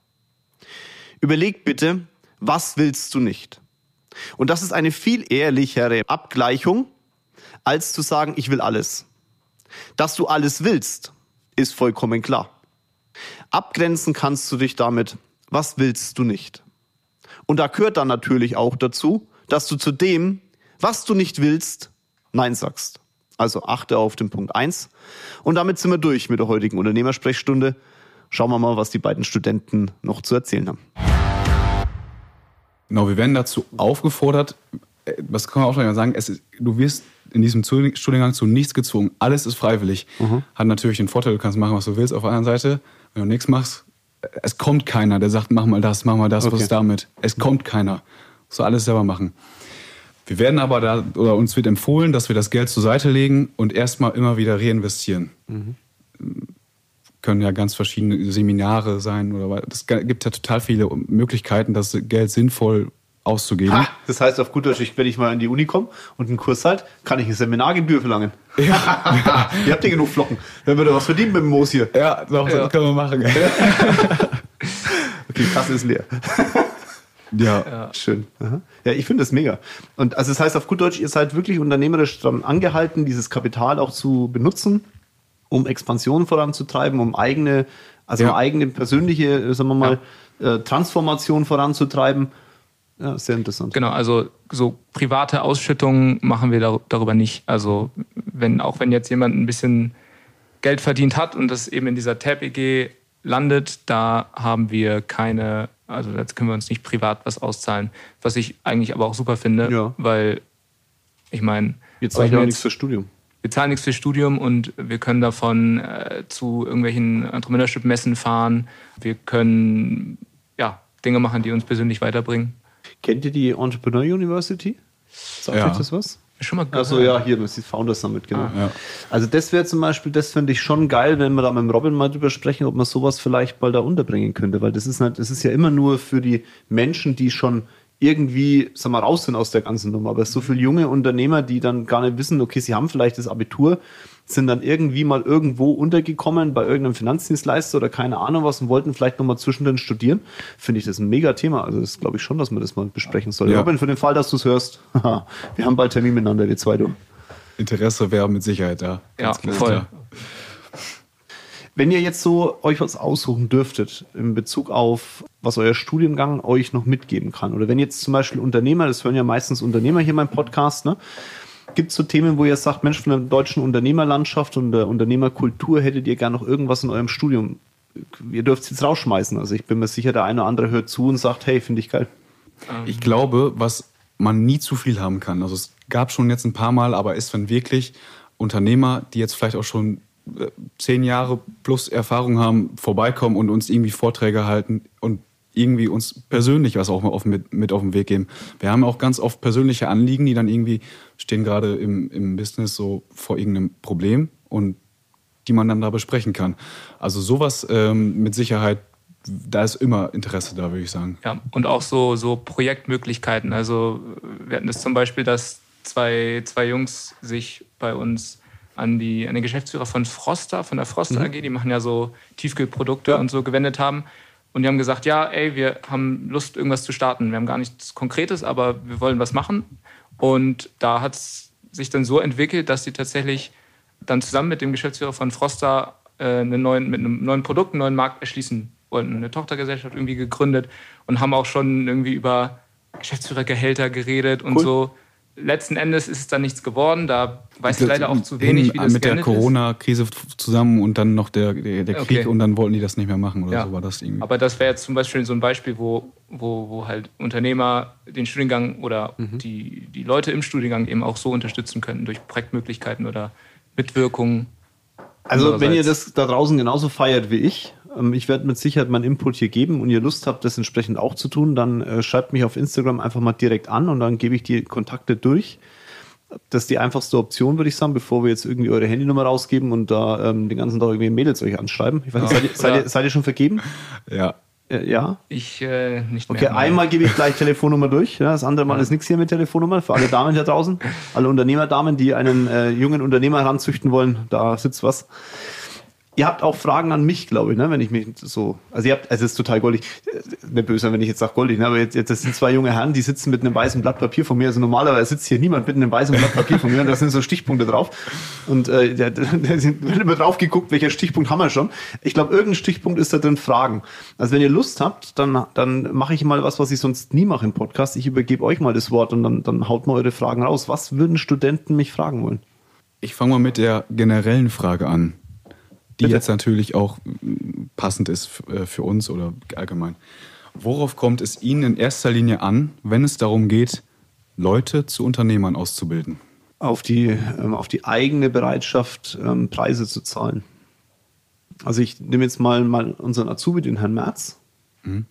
Überleg bitte, was willst du nicht? Und das ist eine viel ehrlichere Abgleichung, als zu sagen, ich will alles. Dass du alles willst, ist vollkommen klar. Abgrenzen kannst du dich damit, was willst du nicht? Und da gehört dann natürlich auch dazu, dass du zu dem, was du nicht willst, Nein sagst. Also achte auf den Punkt eins. Und damit sind wir durch mit der heutigen Unternehmersprechstunde. Schauen wir mal, was die beiden Studenten noch zu erzählen haben. Genau, wir werden dazu aufgefordert, was kann man auch schon sagen, es ist, du wirst in diesem Studiengang zu nichts gezwungen. Alles ist freiwillig. Mhm. Hat natürlich den Vorteil, du kannst machen, was du willst. Auf der anderen Seite, wenn du nichts machst, es kommt keiner, der sagt, mach mal das, mach mal das, okay. Was ist damit? Es kommt keiner. Musst du alles selber machen. Wir werden aber da, oder uns wird empfohlen, dass wir das Geld zur Seite legen und erstmal immer wieder reinvestieren. Mhm. Können ja ganz verschiedene Seminare sein oder es gibt ja total viele Möglichkeiten, das Geld sinnvoll auszugeben. Ha, das heißt auf gut Deutsch, wenn ich mal in die Uni komme und einen Kurs halt, kann ich eine Seminargebühr verlangen. Ja. Ihr habt ja genug Flocken. Wenn wir da was verdienen mit dem Moos hier. Ja, doch, ja. Das können wir machen. Okay, Kasse ist leer. Ja. ja. Schön. Aha. Ja, ich finde das mega. Und also das heißt auf gut Deutsch, ihr seid wirklich unternehmerisch daran angehalten, dieses Kapital auch zu benutzen, um Expansion voranzutreiben, um eigene, also ja. eigene persönliche, sagen wir mal, ja. Transformation voranzutreiben. Ja, sehr interessant. Genau, also so private Ausschüttungen machen wir dar- darüber nicht. Also wenn auch wenn jetzt jemand ein bisschen Geld verdient hat und das eben in dieser T A B E G landet, da haben wir keine, also jetzt können wir uns nicht privat was auszahlen, was ich eigentlich aber auch super finde, ja. weil ich meine... Wir zahlen ja nichts fürs Studium. Wir zahlen nichts fürs Studium und wir können davon äh, zu irgendwelchen Entrepreneurship-Messen fahren. Wir können ja, Dinge machen, die uns persönlich weiterbringen. Kennt ihr die Entrepreneur University? Sagt ja. euch das was? Schon mal gehört. Achso, ja, hier, das ist die Founders Summit, genau. Ah, ja. Also das wäre zum Beispiel, das finde ich schon geil, wenn wir da mit dem Robin mal drüber sprechen, ob man sowas vielleicht mal da unterbringen könnte, weil das ist, nicht, das ist ja immer nur für die Menschen, die schon irgendwie, sag mal, raus sind aus der ganzen Nummer. Aber so viele junge Unternehmer, die dann gar nicht wissen, okay, sie haben vielleicht das Abitur, sind dann irgendwie mal irgendwo untergekommen bei irgendeinem Finanzdienstleister oder keine Ahnung was und wollten vielleicht nochmal zwischendrin studieren. Finde ich das ein mega Thema. Also das glaube ich schon, dass man das mal besprechen soll. Ja. Robin, für den Fall, dass du es hörst, wir haben bald Termin miteinander, wir zwei, du. Interesse wäre mit Sicherheit da. Ja, ja voll. Klar. Wenn ihr jetzt so euch was aussuchen dürftet in Bezug auf, was euer Studiengang euch noch mitgeben kann, oder wenn jetzt zum Beispiel Unternehmer, das hören ja meistens Unternehmer hier in meinem Podcast, ne? Gibt es so Themen, wo ihr sagt, Mensch, von der deutschen Unternehmerlandschaft und der Unternehmerkultur hättet ihr gerne noch irgendwas in eurem Studium? Ihr dürft es jetzt rausschmeißen. Also ich bin mir sicher, der eine oder andere hört zu und sagt, hey, finde ich geil. Ich glaube, was man nie zu viel haben kann, also es gab schon jetzt ein paar Mal, aber ist, wenn wirklich Unternehmer, die jetzt vielleicht auch schon zehn Jahre plus Erfahrung haben, vorbeikommen und uns irgendwie Vorträge halten und irgendwie uns persönlich was auch mal auf, mit, mit auf den Weg geben. Wir haben auch ganz oft persönliche Anliegen, die dann irgendwie stehen gerade im, im Business so vor irgendeinem Problem und die man dann da besprechen kann. Also sowas ähm, mit Sicherheit, da ist immer Interesse da, würde ich sagen. Ja, und auch so, so Projektmöglichkeiten. Also wir hatten das zum Beispiel, dass zwei, zwei Jungs sich bei uns an, die, an den Geschäftsführer von Froster, von der Froster mhm. A G, die machen ja so Tiefkühlprodukte ja. und so, gewendet haben. Und die haben gesagt, ja, ey, wir haben Lust, irgendwas zu starten. Wir haben gar nichts Konkretes, aber wir wollen was machen. Und da hat es sich dann so entwickelt, dass die tatsächlich dann zusammen mit dem Geschäftsführer von Froster äh, einen neuen, mit einem neuen Produkt, einen neuen Markt erschließen wollten. Eine Tochtergesellschaft irgendwie gegründet und haben auch schon irgendwie über Geschäftsführergehälter geredet und cool. so. Letzten Endes ist es dann nichts geworden. Da weiß ich leider auch zu wenig, wie das mit der Corona-Krise zusammen und dann noch der, der, der Krieg okay. und dann wollten die das nicht mehr machen oder ja. so war das irgendwie. Aber das wäre jetzt zum Beispiel so ein Beispiel, wo, wo, wo halt Unternehmer den Studiengang oder mhm. die, die Leute im Studiengang eben auch so unterstützen könnten durch Projektmöglichkeiten oder Mitwirkung. Also wenn ihr das da draußen genauso feiert wie ich, ich werde mit Sicherheit meinen Input hier geben und ihr Lust habt, das entsprechend auch zu tun, dann äh, schreibt mich auf Instagram einfach mal direkt an und dann gebe ich die Kontakte durch. Das ist die einfachste Option, würde ich sagen, bevor wir jetzt irgendwie eure Handynummer rausgeben und da ähm, den ganzen Tag irgendwie Mädels euch anschreiben. Ich weiß nicht, ja. seid, ihr, seid, ihr, seid ihr schon vergeben? Ja. Äh, ja? Ich äh, nicht mehr. Okay, einmal gebe ich gleich Telefonnummer durch. Ja, das andere Mal ja. ist nichts hier mit Telefonnummer. Für alle Damen da draußen, alle Unternehmerdamen, die einen äh, jungen Unternehmer heranzüchten wollen, da sitzt was. Ihr habt auch Fragen an mich, glaube ich, ne? Wenn ich mich so, also ihr habt, also es ist total goldig, nicht böse, wenn ich jetzt sage goldig, ne? Aber jetzt, jetzt das sind zwei junge Herren, die sitzen mit einem weißen Blatt Papier von mir, also normalerweise sitzt hier niemand mit einem weißen Blatt Papier von mir und da sind so Stichpunkte drauf und äh, da, da wird immer drauf geguckt, welcher Stichpunkt haben wir schon. Ich glaube, irgendein Stichpunkt ist da drin Fragen. Also wenn ihr Lust habt, dann, dann mache ich mal was, was ich sonst nie mache im Podcast. Ich übergebe euch mal das Wort und dann, dann haut mal eure Fragen raus. Was würden Studenten mich fragen wollen? Ich fange mal mit der generellen Frage an. Die Bitte? Jetzt natürlich auch passend ist für uns oder allgemein. Worauf kommt es Ihnen in erster Linie an, wenn es darum geht, Leute zu Unternehmern auszubilden? Auf die, ähm, auf die eigene Bereitschaft, ähm, Preise zu zahlen. Also ich nehme jetzt mal, mal unseren Azubi, den Herrn Merz. Mhm.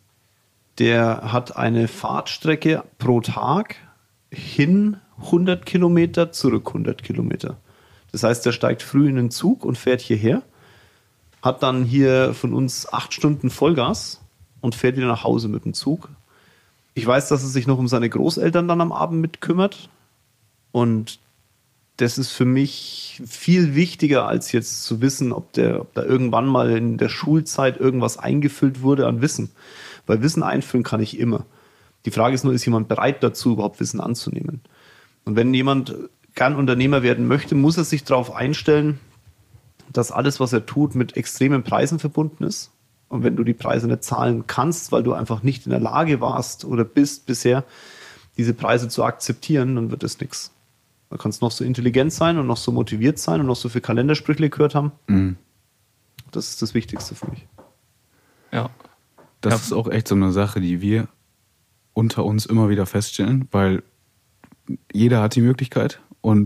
Der hat eine Fahrtstrecke pro Tag hin hundert Kilometer, zurück hundert Kilometer. Das heißt, er steigt früh in den Zug und fährt hierher, hat dann hier von uns acht Stunden Vollgas und fährt wieder nach Hause mit dem Zug. Ich weiß, dass er sich noch um seine Großeltern dann am Abend mitkümmert. Und das ist für mich viel wichtiger, als jetzt zu wissen, ob, der, ob da irgendwann mal in der Schulzeit irgendwas eingefüllt wurde an Wissen. Weil Wissen einfüllen kann ich immer. Die Frage ist nur, ist jemand bereit dazu, überhaupt Wissen anzunehmen? Und wenn jemand gern Unternehmer werden möchte, muss er sich darauf einstellen, dass alles, was er tut, mit extremen Preisen verbunden ist. Und wenn du die Preise nicht zahlen kannst, weil du einfach nicht in der Lage warst oder bist bisher, diese Preise zu akzeptieren, dann wird das nichts. Du kannst noch so intelligent sein und noch so motiviert sein und noch so viele Kalendersprüche gehört haben. Mhm. Das ist das Wichtigste für mich. Ja. Das ja. ist auch echt so eine Sache, die wir unter uns immer wieder feststellen, weil jeder hat die Möglichkeit und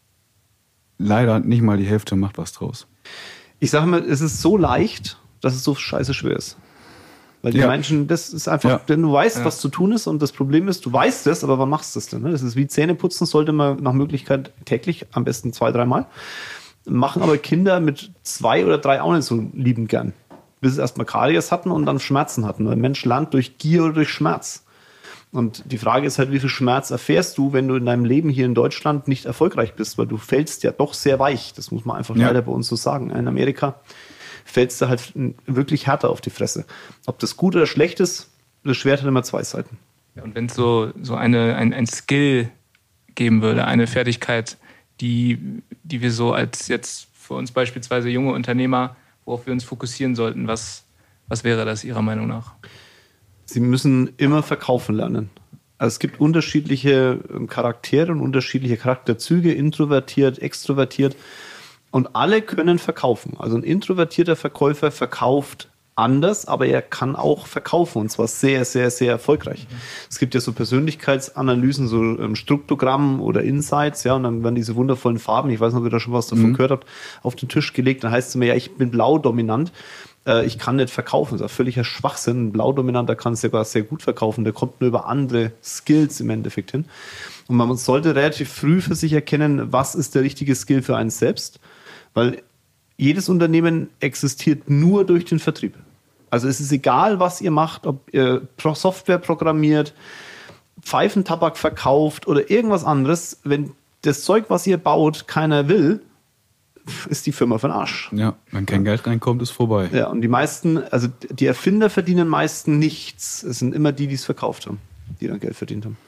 leider nicht mal die Hälfte macht was draus. Ich sage mal, es ist so leicht, dass es so scheiße schwer ist. Weil die ja. Menschen, das ist einfach, ja. denn du weißt, ja. was zu tun ist und das Problem ist, du weißt es, aber wann machst du es denn? Das ist wie Zähneputzen, sollte man nach Möglichkeit täglich, am besten zwei, dreimal, machen aber Kinder mit zwei oder drei auch nicht so liebend gern. Bis sie erstmal Karies hatten und dann Schmerzen hatten. Weil ein Mensch lernt durch Gier oder durch Schmerz. Und die Frage ist halt, wie viel Schmerz erfährst du, wenn du in deinem Leben hier in Deutschland nicht erfolgreich bist, weil du fällst ja doch sehr weich. Das muss man einfach ja. leider bei uns so sagen. In Amerika fällst du halt wirklich härter auf die Fresse. Ob das gut oder schlecht ist, das Schwert hat immer zwei Seiten. Ja, und wenn es so, so eine, ein, ein Skill geben würde, eine Fertigkeit, die, die wir so als jetzt für uns beispielsweise junge Unternehmer, worauf wir uns fokussieren sollten, was, was wäre das Ihrer Meinung nach? Sie müssen immer verkaufen lernen. Also es gibt unterschiedliche Charaktere und unterschiedliche Charakterzüge, introvertiert, extrovertiert. Und alle können verkaufen. Also ein introvertierter Verkäufer verkauft anders, aber er kann auch verkaufen und zwar sehr, sehr, sehr erfolgreich. Mhm. Es gibt ja so Persönlichkeitsanalysen, so ähm, Struktogramm oder Insights, ja, und dann werden diese wundervollen Farben, ich weiß nicht, ob ihr da schon was davon mhm. gehört habt, auf den Tisch gelegt. Dann heißt es mir, ja, ich bin blau dominant. äh, ich kann nicht verkaufen. Das ist ein völliger Schwachsinn. Ein Blaudominanter kann es sogar sehr gut verkaufen. Der kommt nur über andere Skills im Endeffekt hin. Und man sollte relativ früh für sich erkennen, was ist der richtige Skill für einen selbst. Weil jedes Unternehmen existiert nur durch den Vertrieb. Also es ist egal, was ihr macht, ob ihr Software programmiert, Pfeifentabak verkauft oder irgendwas anderes. Wenn das Zeug, was ihr baut, keiner will, ist die Firma für den Arsch. Ja, wenn kein Geld reinkommt, ist vorbei. Ja, und die meisten, also die Erfinder verdienen meistens nichts. Es sind immer die, die es verkauft haben, die dann Geld verdient haben.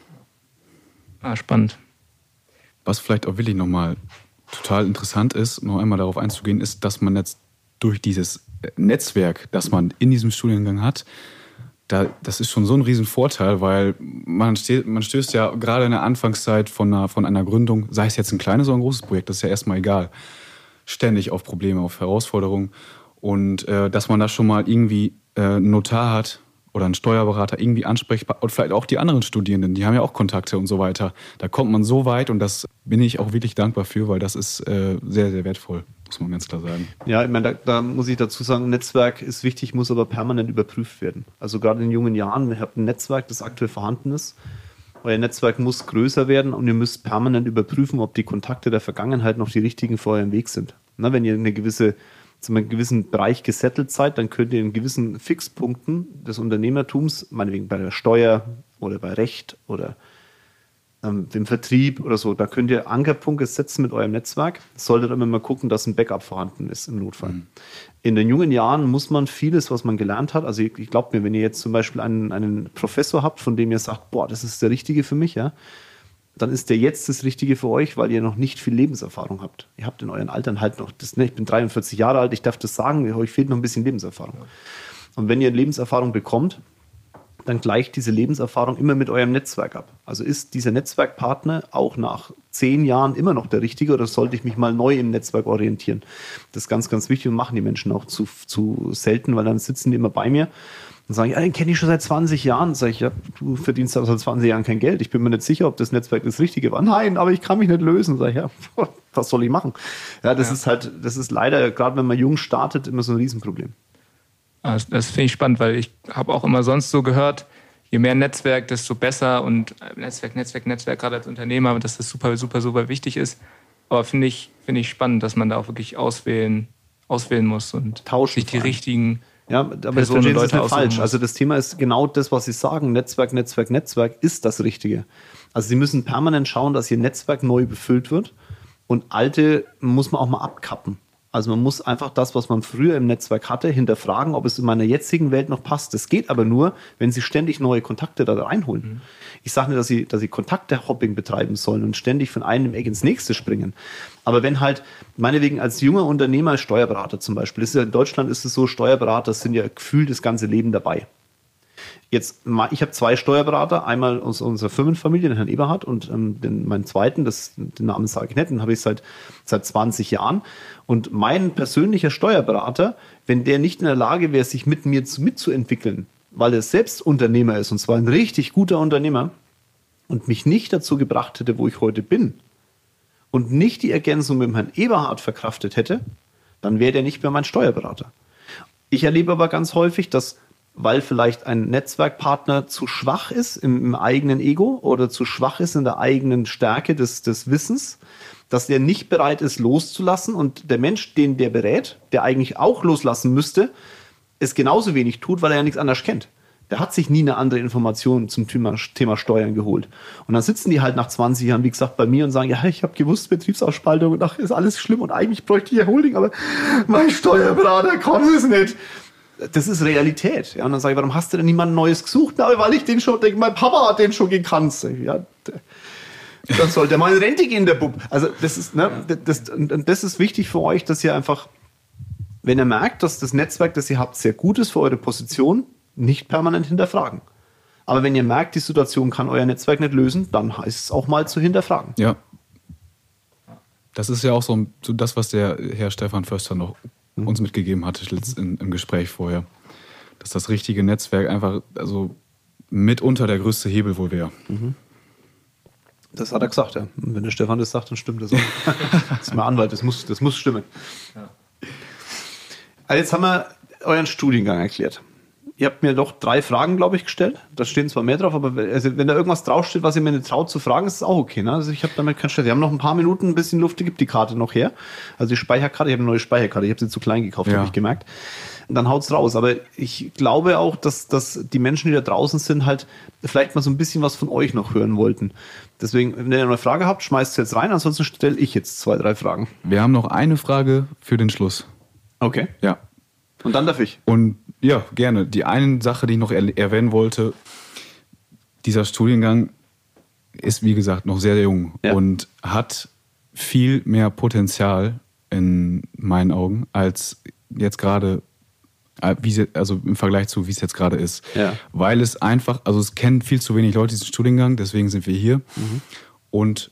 Ah, spannend. Was vielleicht auch wirklich nochmal total interessant ist, noch einmal darauf einzugehen, ist, dass man jetzt durch dieses Netzwerk, das man in diesem Studiengang hat, da, das ist schon so ein Riesenvorteil, weil man, steht, man stößt ja gerade in der Anfangszeit von einer, von einer Gründung, sei es jetzt ein kleines oder ein großes Projekt, das ist ja erstmal egal, ständig auf Probleme, auf Herausforderungen. Und äh, dass man da schon mal irgendwie äh, einen Notar hat oder einen Steuerberater irgendwie ansprechbar und vielleicht auch die anderen Studierenden, die haben ja auch Kontakte und so weiter. Da kommt man so weit und das bin ich auch wirklich dankbar für, weil das ist äh, sehr, sehr wertvoll, muss man ganz klar sagen. Ja, ich meine, da, da muss ich dazu sagen, Netzwerk ist wichtig, muss aber permanent überprüft werden. Also gerade in jungen Jahren, ihr habt ein Netzwerk, das aktuell vorhanden ist. Euer Netzwerk muss größer werden und ihr müsst permanent überprüfen, ob die Kontakte der Vergangenheit noch die richtigen für euren Weg sind. Na, wenn ihr eine gewisse zu einem gewissen Bereich gesettelt seid, dann könnt ihr in gewissen Fixpunkten des Unternehmertums, meinetwegen bei der Steuer oder bei Recht oder ähm, dem Vertrieb oder so, da könnt ihr Ankerpunkte setzen mit eurem Netzwerk. Solltet aber mal gucken, dass ein Backup vorhanden ist im Notfall. Mhm. In den jungen Jahren muss man vieles, was man gelernt hat, also ich, ich glaube mir, wenn ihr jetzt zum Beispiel einen, einen Professor habt, von dem ihr sagt, boah, das ist der Richtige für mich, ja, dann ist der jetzt das Richtige für euch, weil ihr noch nicht viel Lebenserfahrung habt. Ihr habt in euren Altern halt noch, das, ne, ich bin dreiundvierzig Jahre alt, ich darf das sagen, euch fehlt noch ein bisschen Lebenserfahrung. Und wenn ihr Lebenserfahrung bekommt, dann gleicht diese Lebenserfahrung immer mit eurem Netzwerk ab. Also ist dieser Netzwerkpartner auch nach zehn Jahren immer noch der Richtige oder sollte ich mich mal neu im Netzwerk orientieren? Das ist ganz, ganz wichtig und machen die Menschen auch zu, zu selten, weil dann sitzen die immer bei mir und sagen, ja, den kenne ich schon seit zwanzig Jahren. Sag ich, ja, du verdienst aber seit zwanzig Jahren kein Geld. Ich bin mir nicht sicher, ob das Netzwerk das Richtige war. Nein, aber ich kann mich nicht lösen. Sag ich, ja, was soll ich machen? Ja, das ja. ist halt, das ist leider, gerade wenn man jung startet, immer so ein Riesenproblem. Das, das finde ich spannend, weil ich habe auch immer sonst so gehört, je mehr Netzwerk, desto besser und Netzwerk, Netzwerk, Netzwerk, gerade als Unternehmer, dass das super, super, super wichtig ist. Aber finde ich, finde ich spannend, dass man da auch wirklich auswählen, auswählen muss und Tauschen sich die richtigen Ja, aber das verstehen Sie nicht falsch. Also das Thema ist genau das, was Sie sagen. Netzwerk, Netzwerk, Netzwerk ist das Richtige. Also Sie müssen permanent schauen, dass Ihr Netzwerk neu befüllt wird und alte muss man auch mal abkappen. Also man muss einfach das, was man früher im Netzwerk hatte, hinterfragen, ob es in meiner jetzigen Welt noch passt. Das geht aber nur, wenn Sie ständig neue Kontakte da reinholen. Mhm. Ich sage nicht, dass Sie, dass Sie Kontakte-Hopping betreiben sollen und ständig von einem Eck ins nächste springen. Aber wenn halt, meinetwegen als junger Unternehmer, Steuerberater zum Beispiel, ist ja, in Deutschland ist es so, Steuerberater sind ja gefühlt das ganze Leben dabei. Jetzt, ich habe zwei Steuerberater, einmal aus unserer Firmenfamilie, den Herrn Eberhard, und ähm, den, meinen zweiten, das, den Namen sage ich nicht, den habe ich seit, seit zwanzig Jahren. Und mein persönlicher Steuerberater, wenn der nicht in der Lage wäre, sich mit mir zu, mitzuentwickeln, weil er selbst Unternehmer ist, und zwar ein richtig guter Unternehmer, und mich nicht dazu gebracht hätte, wo ich heute bin, und nicht die Ergänzung mit dem Herrn Eberhard verkraftet hätte, dann wäre der nicht mehr mein Steuerberater. Ich erlebe aber ganz häufig, dass weil vielleicht ein Netzwerkpartner zu schwach ist im, im eigenen Ego oder zu schwach ist in der eigenen Stärke des, des Wissens, dass der nicht bereit ist, loszulassen und der Mensch, den der berät, der eigentlich auch loslassen müsste, es genauso wenig tut, weil er ja nichts anderes kennt. Der hat sich nie eine andere Information zum Thema, Thema Steuern geholt. Und dann sitzen die halt nach zwanzig Jahren, wie gesagt, bei mir und sagen, ja, ich habe gewusst, Betriebsausspaltung und ach, ist alles schlimm und eigentlich bräuchte ich ja Holding, aber mein Steuerberater kann es nicht. Das ist Realität. Ja, und dann sage ich, warum hast du denn niemand Neues gesucht? Na, weil ich den schon, denke, mein Papa hat den schon gekannt. Ja, dann soll der mal in Rente gehen, der Bub. Also das ist, ne, das, und das ist wichtig für euch, dass ihr einfach, wenn ihr merkt, dass das Netzwerk, das ihr habt, sehr gut ist für eure Position, nicht permanent hinterfragen. Aber wenn ihr merkt, die Situation kann euer Netzwerk nicht lösen, dann heißt es auch mal zu hinterfragen. Ja. Das ist ja auch so, so das, was der Herr Stefan Förster noch uns mitgegeben hatte in, im Gespräch vorher, dass das richtige Netzwerk einfach also mitunter der größte Hebel wohl wäre. Mhm. Das hat er gesagt, ja. Und wenn der Stefan das sagt, dann stimmt das auch. Das ist mein Anwalt, das muss, das muss stimmen. Ja. Also jetzt haben wir euren Studiengang erklärt. Ihr habt mir doch drei Fragen, glaube ich, gestellt. Da stehen zwar mehr drauf, aber also wenn da irgendwas draufsteht, was ihr mir nicht traut zu fragen, ist es auch okay. Ne? Also ich habe damit keinen Stress. Wir haben noch ein paar Minuten, ein bisschen Luft, gibt die Karte noch her. Also die Speicherkarte, ich habe eine neue Speicherkarte, ich habe sie zu klein gekauft, ja. habe ich gemerkt. Und dann haut's raus. Aber ich glaube auch, dass, dass die Menschen, die da draußen sind, halt vielleicht mal so ein bisschen was von euch noch hören wollten. Deswegen, wenn ihr eine Frage habt, schmeißt sie jetzt rein, ansonsten stelle ich jetzt zwei, drei Fragen. Wir haben noch eine Frage für den Schluss. Okay. Ja. Und dann darf ich. Und ja, gerne. Die eine Sache, die ich noch er- erwähnen wollte, dieser Studiengang ist, wie gesagt, noch sehr jung ja. und hat viel mehr Potenzial in meinen Augen, als jetzt gerade, wie also im Vergleich zu, wie es jetzt gerade ist. Ja. Weil es einfach, also es kennen viel zu wenig Leute diesen Studiengang, deswegen sind wir hier. Mhm. Und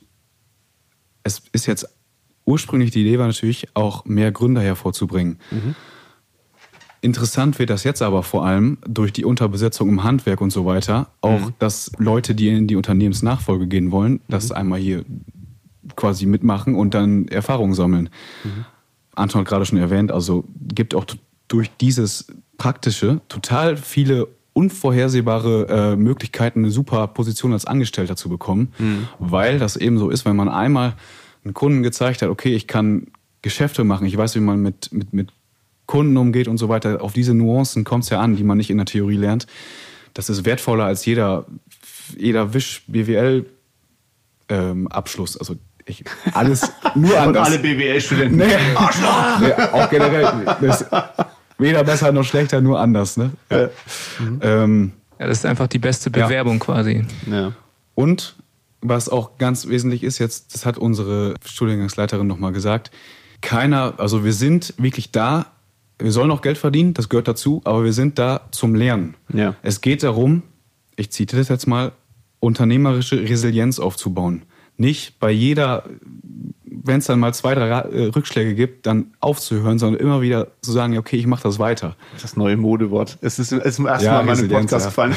es ist jetzt, ursprünglich die Idee war natürlich, auch mehr Gründer hervorzubringen. Mhm. Interessant wird das jetzt aber vor allem durch die Unterbesetzung im Handwerk und so weiter, auch, mhm. dass Leute, die in die Unternehmensnachfolge gehen wollen, mhm. das einmal hier quasi mitmachen und dann Erfahrungen sammeln. Mhm. Anton hat gerade schon erwähnt, also gibt auch durch dieses Praktische total viele unvorhersehbare äh, Möglichkeiten, eine super Position als Angestellter zu bekommen, mhm. weil das eben so ist, wenn man einmal einen Kunden gezeigt hat, okay, ich kann Geschäfte machen, ich weiß, wie man mit, mit, mit Kunden umgeht und so weiter. Auf diese Nuancen kommt es ja an, die man nicht in der Theorie lernt. Das ist wertvoller als jeder, jeder Wisch-B W L-Abschluss. Ähm, also ich, alles nur anders. Und alle B W L-Studenten. Nee, nee, auch generell. Das, weder besser noch schlechter, nur anders. Ne? Ja. Mhm. Ähm, ja, das ist einfach die beste Bewerbung ja. quasi. Ja. Und was auch ganz wesentlich ist jetzt, das hat unsere Studiengangsleiterin nochmal gesagt, keiner, also wir sind wirklich da, wir sollen auch Geld verdienen, das gehört dazu, aber wir sind da zum Lernen. Ja. Es geht darum, ich zitiere das jetzt mal, unternehmerische Resilienz aufzubauen. Nicht bei jeder, wenn es dann mal zwei, drei Rückschläge gibt, dann aufzuhören, sondern immer wieder zu sagen, okay, ich mache das weiter. Das neue Modewort. Es ist, es ist zum ersten ja, Mal in meinem Podcast ja. gefallen.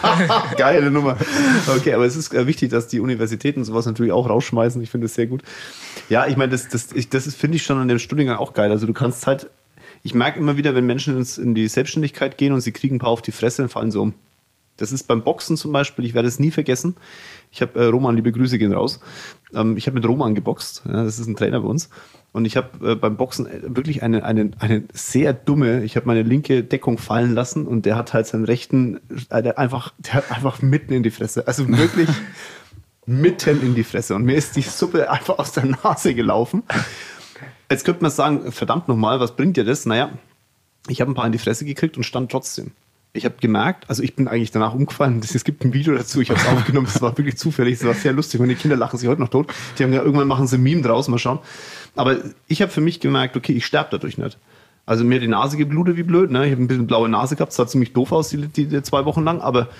Geile Nummer. Okay, aber es ist wichtig, dass die Universitäten sowas natürlich auch rausschmeißen. Ich finde das sehr gut. Ja, ich meine, das, das, ich, das ist, finde ich schon an dem Studiengang auch geil. Also du kannst halt, ich merke immer wieder, wenn Menschen ins, in die Selbstständigkeit gehen und sie kriegen ein paar auf die Fresse, dann fallen sie um. Das ist beim Boxen zum Beispiel, ich werde es nie vergessen. Ich habe äh, Roman, liebe Grüße gehen raus. Ähm, ich habe mit Roman geboxt, ja, das ist ein Trainer bei uns. Und ich habe äh, beim Boxen wirklich eine, eine, eine sehr dumme, ich habe meine linke Deckung fallen lassen und der hat halt seinen rechten, äh, der einfach, der hat einfach mitten in die Fresse. Also wirklich mitten in die Fresse. Und mir ist die Suppe einfach aus der Nase gelaufen. Jetzt könnte man sagen, verdammt nochmal, was bringt dir das? Naja, ich habe ein paar in die Fresse gekriegt und stand trotzdem. Ich habe gemerkt, also ich bin eigentlich danach umgefallen, es gibt ein Video dazu, ich habe es aufgenommen, das war wirklich zufällig, das war sehr lustig, meine Kinder lachen sich heute noch tot, die haben gesagt, irgendwann machen sie ein Meme draus, mal schauen. Aber ich habe für mich gemerkt, okay, ich sterbe dadurch nicht. Also mir die Nase geblutet wie blöd, ne? Ich habe ein bisschen blaue Nase gehabt, es sah ziemlich doof aus, die, die, die zwei Wochen lang, aber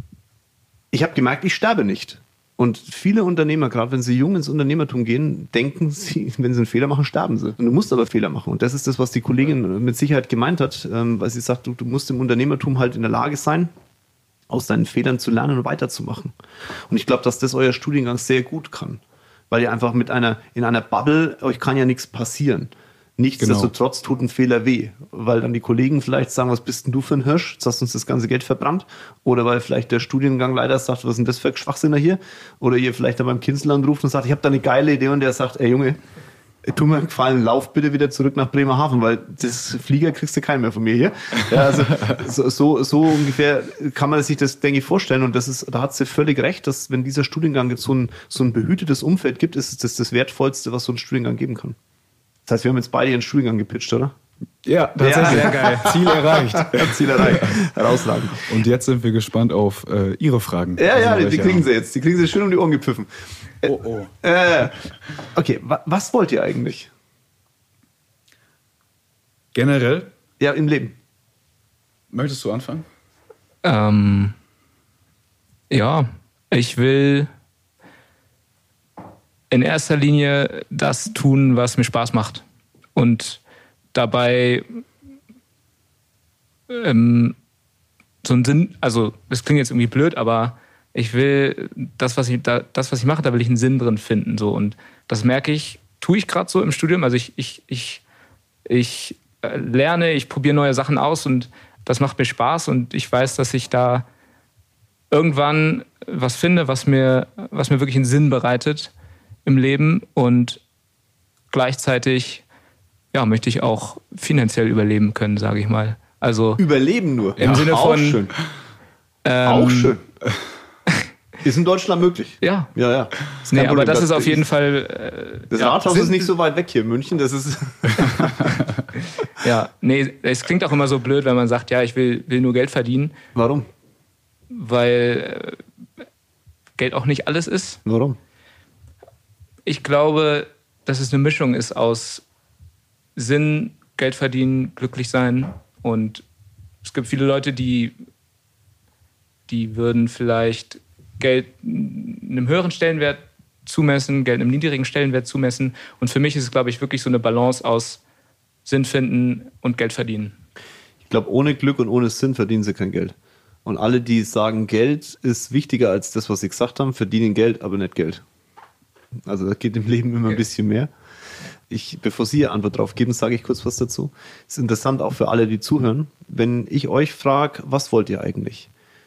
ich habe gemerkt, ich sterbe nicht. Und viele Unternehmer, gerade wenn sie jung ins Unternehmertum gehen, denken sie, wenn sie einen Fehler machen, sterben sie. Und du musst aber Fehler machen. Und das ist das, was die Kollegin mit Sicherheit gemeint hat, weil sie sagt, du, du musst im Unternehmertum halt in der Lage sein, aus deinen Fehlern zu lernen und weiterzumachen. Und ich glaube, dass das euer Studiengang sehr gut kann. Weil ihr einfach mit einer, in einer Bubble, euch kann ja nichts passieren. Nichtsdestotrotz tut ein Fehler weh, weil dann die Kollegen vielleicht sagen, was bist denn du für ein Hirsch? Jetzt hast du uns das ganze Geld verbrannt. Oder weil vielleicht der Studiengang leider sagt, was ist denn das für ein Schwachsinner hier? Oder ihr vielleicht dann beim Kinzel anruft und sagt, ich habe da eine geile Idee und der sagt, ey Junge, tu mir einen Gefallen, lauf bitte wieder zurück nach Bremerhaven, weil das Flieger kriegst du keinen mehr von mir hier. Ja, also so, so, so ungefähr kann man sich das, denke ich, vorstellen. Und das ist, da hat sie völlig recht, dass wenn dieser Studiengang jetzt so ein, so ein behütetes Umfeld gibt, ist das das Wertvollste, was so ein Studiengang geben kann. Das heißt, wir haben jetzt beide ihren Studiengang gepitcht, oder? Ja, tatsächlich. Ja, sehr geil. Ziel erreicht. Ja, Ziel erreicht. Herausragend. Und jetzt sind wir gespannt auf äh, Ihre Fragen. Ja, also ja, die, die kriegen haben. Sie jetzt. Die kriegen Sie schön um die Ohren gepfiffen. Oh, oh. Äh, okay, wa- was wollt ihr eigentlich? Generell? Ja, im Leben. Möchtest du anfangen? Ähm, ja, ich will in erster Linie das tun, was mir Spaß macht. Und dabei ähm, so einen Sinn, also das klingt jetzt irgendwie blöd, aber ich will das, was ich da, das, was ich mache, da will ich einen Sinn drin finden. So. Und das merke ich, tue ich gerade so im Studium. Also ich, ich, ich, ich äh, lerne, ich probiere neue Sachen aus und das macht mir Spaß und ich weiß, dass ich da irgendwann was finde, was mir, was mir wirklich einen Sinn bereitet im Leben und gleichzeitig ja, möchte ich auch finanziell überleben können, sage ich mal. Also überleben nur. Im ja, Sinne auch von schön. Ähm, auch schön. Ist in Deutschland möglich. Ja. Ja, ja. Ist nee, aber das ist auf jeden Fall... Äh, das ja, Rathaus sind, ist nicht so weit weg hier in München. Das ist... ja, nee, es klingt auch immer so blöd, wenn man sagt, ja, ich will, will nur Geld verdienen. Warum? Weil äh, Geld auch nicht alles ist. Warum? Ich glaube, dass es eine Mischung ist aus Sinn, Geld verdienen, glücklich sein. Und es gibt viele Leute, die, die würden vielleicht Geld einem höheren Stellenwert zumessen, Geld einem niedrigen Stellenwert zumessen. Und für mich ist es, glaube ich, wirklich so eine Balance aus Sinn finden und Geld verdienen. Ich glaube, ohne Glück und ohne Sinn verdienen sie kein Geld. Und alle, die sagen, Geld ist wichtiger als das, was sie gesagt haben, verdienen Geld, aber nicht Geld. Also da geht im Leben immer okay. ein bisschen mehr. Ich, bevor Sie Ihre Antwort drauf geben, sage ich kurz was dazu. Es ist interessant auch für alle, die zuhören. Wenn ich euch frage, was wollt ihr eigentlich?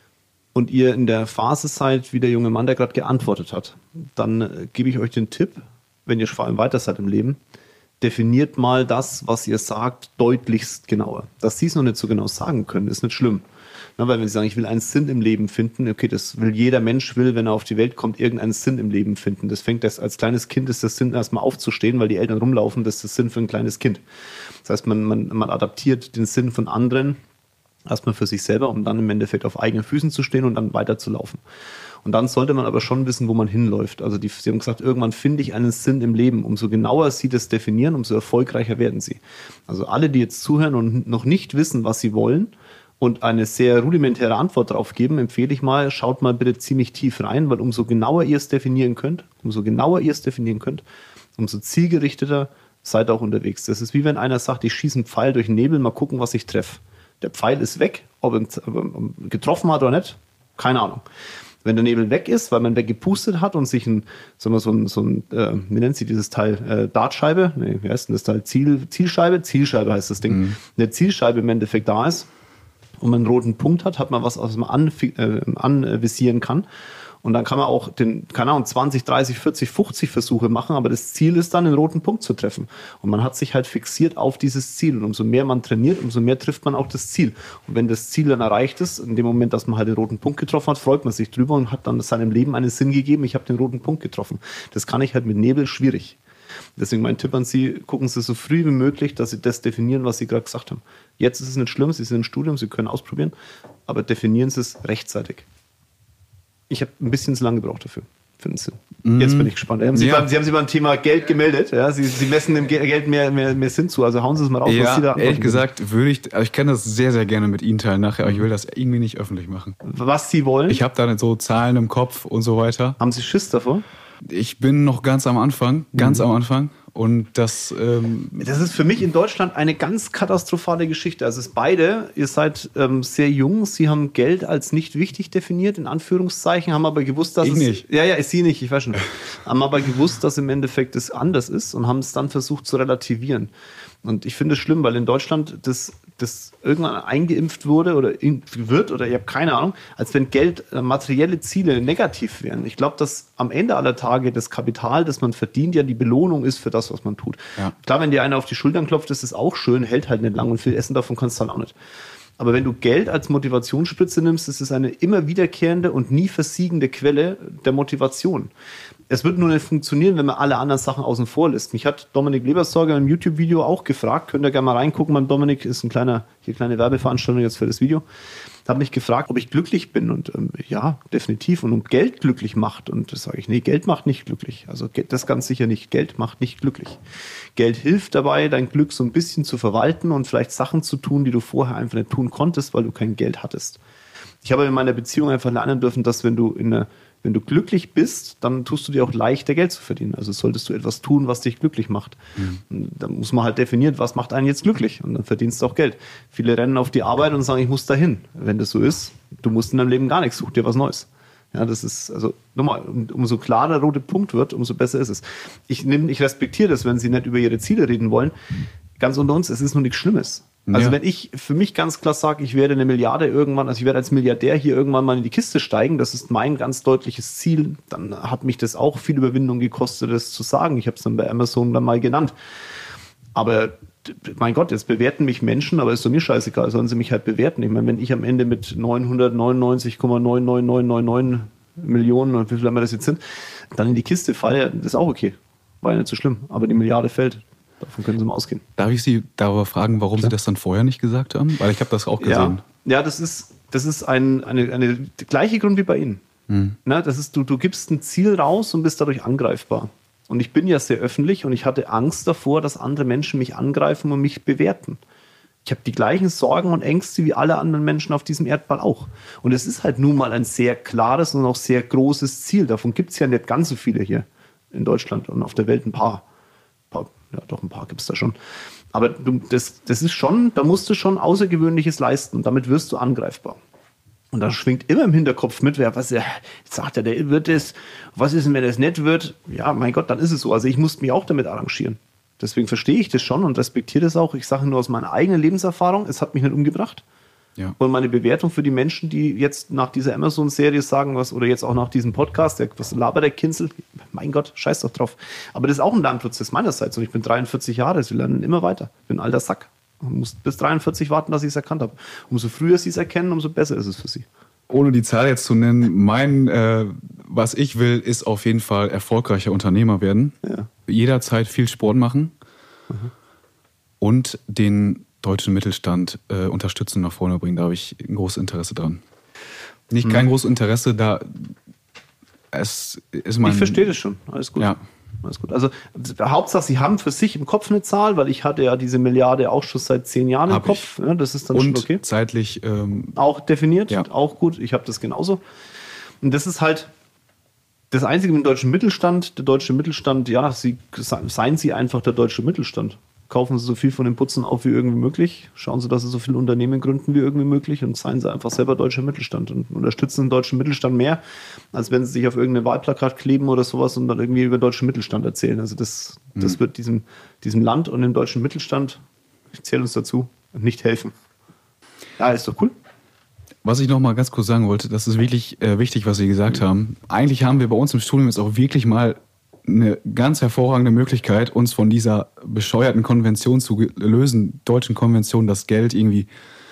Und ihr in der Phase seid, wie der junge Mann, der gerade geantwortet hat, dann äh, gebe ich euch den Tipp, wenn ihr vor allem weiter seid im Leben, definiert mal das, was ihr sagt, deutlichst genauer. Dass Sie es noch nicht so genau sagen können, ist nicht schlimm. Na, weil wenn Sie sagen, ich will einen Sinn im Leben finden, okay, das will jeder Mensch, will, wenn er auf die Welt kommt, irgendeinen Sinn im Leben finden. Das fängt das, als kleines Kind ist das Sinn, erstmal aufzustehen, weil die Eltern rumlaufen, das ist das Sinn für ein kleines Kind. Das heißt, man, man, man adaptiert den Sinn von anderen erstmal für sich selber, um dann im Endeffekt auf eigenen Füßen zu stehen und dann weiterzulaufen. Und dann sollte man aber schon wissen, wo man hinläuft. Also die, Sie haben gesagt, irgendwann finde ich einen Sinn im Leben. Umso genauer Sie das definieren, umso erfolgreicher werden Sie. Also alle, die jetzt zuhören und noch nicht wissen, was sie wollen, und eine sehr rudimentäre Antwort darauf geben, empfehle ich mal, schaut mal bitte ziemlich tief rein, weil umso genauer ihr es definieren könnt, umso genauer ihr es definieren könnt, umso zielgerichteter seid ihr auch unterwegs. Das ist wie wenn einer sagt, ich schieße einen Pfeil durch den Nebel, mal gucken, was ich treffe. Der Pfeil ist weg, ob er getroffen hat oder nicht, keine Ahnung. Wenn der Nebel weg ist, weil man weggepustet hat und sich ein, sagen wir, so ein, so ein äh, wie nennt sie dieses Teil, äh, Dartscheibe, nee, wie heißt denn das Teil, Ziel, Zielscheibe, Zielscheibe heißt das Ding, mhm. eine Zielscheibe im Endeffekt da ist, und man einen roten Punkt hat, hat man was, was man an, äh, anvisieren kann. Und dann kann man auch den, keine Ahnung, zwanzig, dreißig, vierzig, fünfzig Versuche machen, aber das Ziel ist dann, den roten Punkt zu treffen. Und man hat sich halt fixiert auf dieses Ziel. Und umso mehr man trainiert, umso mehr trifft man auch das Ziel. Und wenn das Ziel dann erreicht ist, in dem Moment, dass man halt den roten Punkt getroffen hat, freut man sich drüber und hat dann seinem Leben einen Sinn gegeben, ich habe den roten Punkt getroffen. Das kann ich halt mit Nebel schwierig. Deswegen mein Tipp an Sie, gucken Sie so früh wie möglich, dass Sie das definieren, was Sie gerade gesagt haben. Jetzt ist es nicht schlimm, Sie sind im Studium, Sie können ausprobieren, aber definieren Sie es rechtzeitig. Ich habe ein bisschen zu lange gebraucht dafür, für den Sinn. Mhm. Jetzt bin ich gespannt. Haben Sie, ja. beim, Sie haben sich beim Thema Geld gemeldet. Ja? Sie, Sie messen dem Geld mehr, mehr, mehr Sinn zu, also hauen Sie es mal raus, ja, was Sie da ehrlich gesagt, würde ich, also ich kann das sehr, sehr gerne mit Ihnen teilen nachher, aber ich will das irgendwie nicht öffentlich machen. Was Sie wollen? Ich habe da nicht so Zahlen im Kopf und so weiter. Haben Sie Schiss davor? Ich bin noch ganz am Anfang, ganz mhm. am Anfang. Und das, ähm das ist für mich in Deutschland eine ganz katastrophale Geschichte. Also es ist beide, ihr seid ähm, sehr jung, Sie haben Geld als nicht wichtig definiert, in Anführungszeichen, haben aber gewusst, dass ich es... nicht. Ja, ja, ist Sie nicht, ich weiß schon. Haben aber gewusst, dass im Endeffekt es anders ist und haben es dann versucht zu relativieren. Und ich finde es schlimm, weil in Deutschland das, das irgendwann eingeimpft wurde oder wird, oder ich habe keine Ahnung, als wenn Geld, äh, materielle Ziele negativ wären. Ich glaube, dass am Ende aller Tage das Kapital, das man verdient, ja die Belohnung ist für das, was man tut. Ja. Klar, wenn dir einer auf die Schultern klopft, ist es auch schön, hält halt nicht lang und viel Essen davon kannst du halt auch nicht. Aber wenn du Geld als Motivationsspritze nimmst, ist es eine immer wiederkehrende und nie versiegende Quelle der Motivation. Es wird nur nicht funktionieren, wenn man alle anderen Sachen außen vor lässt. Mich hat Dominik Lebersorger im YouTube-Video auch gefragt, könnt ihr gerne mal reingucken, beim Dominik ist ein kleiner, hier kleine Werbeveranstaltung jetzt für das Video. Hat mich gefragt, ob ich glücklich bin und ähm, ja, definitiv. Und ob Geld glücklich macht. Und das sage ich, nee, Geld macht nicht glücklich. Also das ganz sicher nicht. Geld macht nicht glücklich. Geld hilft dabei, dein Glück so ein bisschen zu verwalten und vielleicht Sachen zu tun, die du vorher einfach nicht tun konntest, weil du kein Geld hattest. Ich habe in meiner Beziehung einfach lernen dürfen, dass wenn du in einer Wenn du glücklich bist, dann tust du dir auch leichter, Geld zu verdienen. Also solltest du etwas tun, was dich glücklich macht. Mhm. Dann muss man halt definieren, was macht einen jetzt glücklich? Und dann verdienst du auch Geld. Viele rennen auf die Arbeit und sagen, ich muss dahin. Wenn das so ist, du musst in deinem Leben gar nichts, such dir was Neues. Ja, das ist, also nochmal, umso klarer der rote Punkt wird, umso besser ist es. Ich nehme, ich respektiere das, wenn Sie nicht über Ihre Ziele reden wollen. ganz unter uns, es ist nur nichts Schlimmes. Also Ja. wenn ich für mich ganz klar sage, ich werde eine Milliarde irgendwann, also ich werde als Milliardär hier irgendwann mal in die Kiste steigen, das ist mein ganz deutliches Ziel, dann hat mich das auch viel Überwindung gekostet, das zu sagen. Ich habe es dann bei Amazon dann mal genannt. Aber mein Gott, jetzt bewerten mich Menschen, aber ist doch mir scheißegal, sollen sie mich halt bewerten. Ich meine, wenn ich am Ende mit neunhundertneunundneunzig Komma neun neun neun neun neun Millionen, und wie viel haben wir das jetzt sind, dann in die Kiste falle, das ist auch okay. War ja nicht so schlimm, aber die Milliarde fällt. Davon können Sie mal ausgehen. Darf ich Sie darüber fragen, warum Klar. Sie das dann vorher nicht gesagt haben? Weil ich habe das auch gesehen. Ja, ja das ist, das ist ein, eine, eine der gleiche Grund wie bei Ihnen. Hm. Na, das ist, du, du gibst ein Ziel raus und bist dadurch angreifbar. Und ich bin ja sehr öffentlich und ich hatte Angst davor, dass andere Menschen mich angreifen und mich bewerten. Ich habe die gleichen Sorgen und Ängste wie alle anderen Menschen auf diesem Erdball auch. Und es ist halt nun mal ein sehr klares und auch sehr großes Ziel. Davon gibt es ja nicht ganz so viele hier in Deutschland und auf der Welt ein paar. paar ja, doch ein paar gibt es da schon. Aber du, das, das ist schon, da musst du schon Außergewöhnliches leisten und damit wirst du angreifbar. Und da schwingt immer im Hinterkopf mit, wer was er sagt, er, der wird es, was ist denn, wenn es nicht wird? Ja, mein Gott, dann ist es so. Also ich musste mich auch damit arrangieren. Deswegen verstehe ich das schon und respektiere das auch. Ich sage nur aus meiner eigenen Lebenserfahrung, es hat mich nicht umgebracht. Ja. Und meine Bewertung für die Menschen, die jetzt nach dieser Amazon-Serie sagen, was, oder jetzt auch nach diesem Podcast, der, was labert der Kinzel? Mein Gott, scheiß doch drauf. Aber das ist auch ein Lernprozess meinerseits und ich bin dreiundvierzig Jahre, sie lernen immer weiter. Ich bin ein alter Sack. Man muss bis dreiundvierzig warten, dass ich es erkannt habe. Umso früher sie es erkennen, umso besser ist es für sie. Ohne die Zahl jetzt zu nennen, mein, äh, was ich will, ist auf jeden Fall erfolgreicher Unternehmer werden. Ja. Jederzeit viel Sport machen Mhm. und den deutschen Mittelstand äh, unterstützen und nach vorne bringen. Da habe ich ein großes Interesse dran. Nicht kein großes Interesse, da es ist mein... Ich verstehe das schon. Alles gut. Ja. Alles gut. Also Hauptsache, Sie haben für sich im Kopf eine Zahl, weil ich hatte ja diese Milliarde auch schon seit zehn Jahren im Hab Kopf. ich. Ja, das ist dann Und schon okay. zeitlich ähm, Auch definiert, Ja. auch gut. Ich habe das genauso. Und das ist halt das Einzige im deutschen Mittelstand. Der deutsche Mittelstand, ja, Sie, seien Sie einfach der deutsche Mittelstand. Kaufen Sie so viel von den Putzen auf wie irgendwie möglich. Schauen Sie, dass Sie so viele Unternehmen gründen wie irgendwie möglich und seien Sie einfach selber deutscher Mittelstand und unterstützen den deutschen Mittelstand mehr, als wenn Sie sich auf irgendeine Wahlplakat kleben oder sowas und dann irgendwie über deutschen Mittelstand erzählen. Also das, das wird diesem, diesem Land und dem deutschen Mittelstand, ich zähle uns dazu, nicht helfen. Ja, ist doch cool. Was ich noch mal ganz kurz sagen wollte, das ist wirklich äh, wichtig, was Sie gesagt haben. Eigentlich haben wir bei uns im Studium jetzt auch wirklich mal eine ganz hervorragende Möglichkeit, uns von dieser bescheuerten Konvention zu ge- lösen, deutschen Konvention, dass Geld irgendwie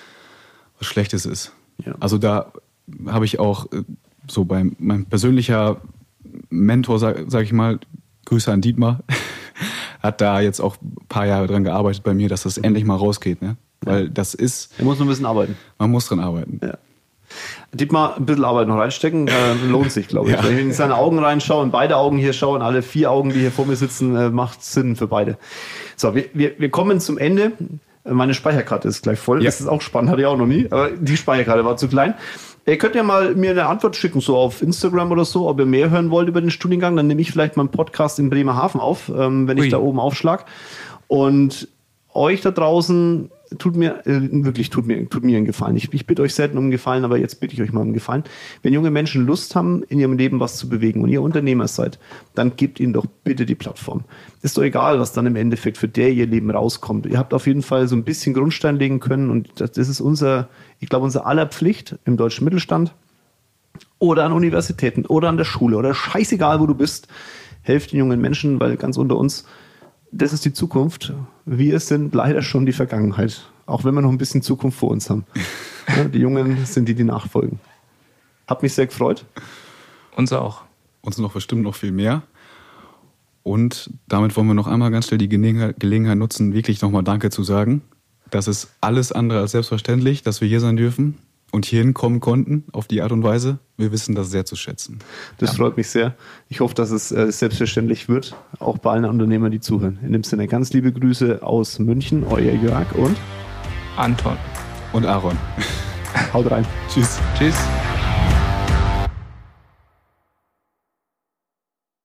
was Schlechtes ist. Ja. Also da habe ich auch äh, so beim mein persönlicher Mentor, sag, sag ich mal, Grüße an Dietmar, hat da jetzt auch ein paar Jahre dran gearbeitet bei mir, dass das endlich mal rausgeht, ne? Weil das ist, Er muss noch ein bisschen arbeiten. man muss dran arbeiten. Ja. Dietmar, ein bisschen Arbeit noch reinstecken, äh, lohnt sich, glaube ich. Ja. Wenn ich in seine Augen reinschaue, in beide Augen hier schaue, in alle vier Augen, die hier vor mir sitzen, äh, macht Sinn für beide. So, wir, wir, wir kommen zum Ende. Meine Speicherkarte ist gleich voll. Ja. Das ist auch spannend, hatte ich auch noch nie, aber die Speicherkarte war zu klein. Ihr könnt ja mal mir eine Antwort schicken, so auf Instagram oder so, ob ihr mehr hören wollt über den Studiengang. Dann nehme ich vielleicht mal einen Podcast in Bremerhaven auf, ähm, wenn Ui. ich da oben aufschlag. Und euch da draußen tut mir äh, wirklich tut mir tut mir einen Gefallen. Ich, ich bitte euch selten um einen Gefallen, aber jetzt bitte ich euch mal um einen Gefallen. Wenn junge Menschen Lust haben, in ihrem Leben was zu bewegen und ihr Unternehmer seid, dann gebt ihnen doch bitte die Plattform. Ist doch egal, was dann im Endeffekt für der ihr Leben rauskommt. Ihr habt auf jeden Fall so ein bisschen Grundstein legen können und das, das ist unser, ich glaube, unser aller Pflicht im deutschen Mittelstand oder an Universitäten oder an der Schule oder scheißegal, wo du bist. Helft den jungen Menschen, weil ganz unter uns, das ist die Zukunft. Wir sind leider schon die Vergangenheit. Auch wenn wir noch ein bisschen Zukunft vor uns haben. Ja, die Jungen sind die, die nachfolgen. Hat mich sehr gefreut. Uns auch. Uns noch bestimmt noch viel mehr. Und damit wollen wir noch einmal ganz schnell die Gelegenheit, Gelegenheit nutzen, wirklich nochmal Danke zu sagen. Das ist alles andere als selbstverständlich, dass wir hier sein dürfen und hierhin kommen konnten auf die Art und Weise. Wir wissen das sehr zu schätzen. Das Ja. freut mich sehr. Ich hoffe, dass es äh, selbstverständlich wird, auch bei allen Unternehmern, die zuhören. In dem Sinne ganz liebe Grüße aus München, euer Jörg und Anton. Und Aaron. haut rein. Tschüss. Tschüss.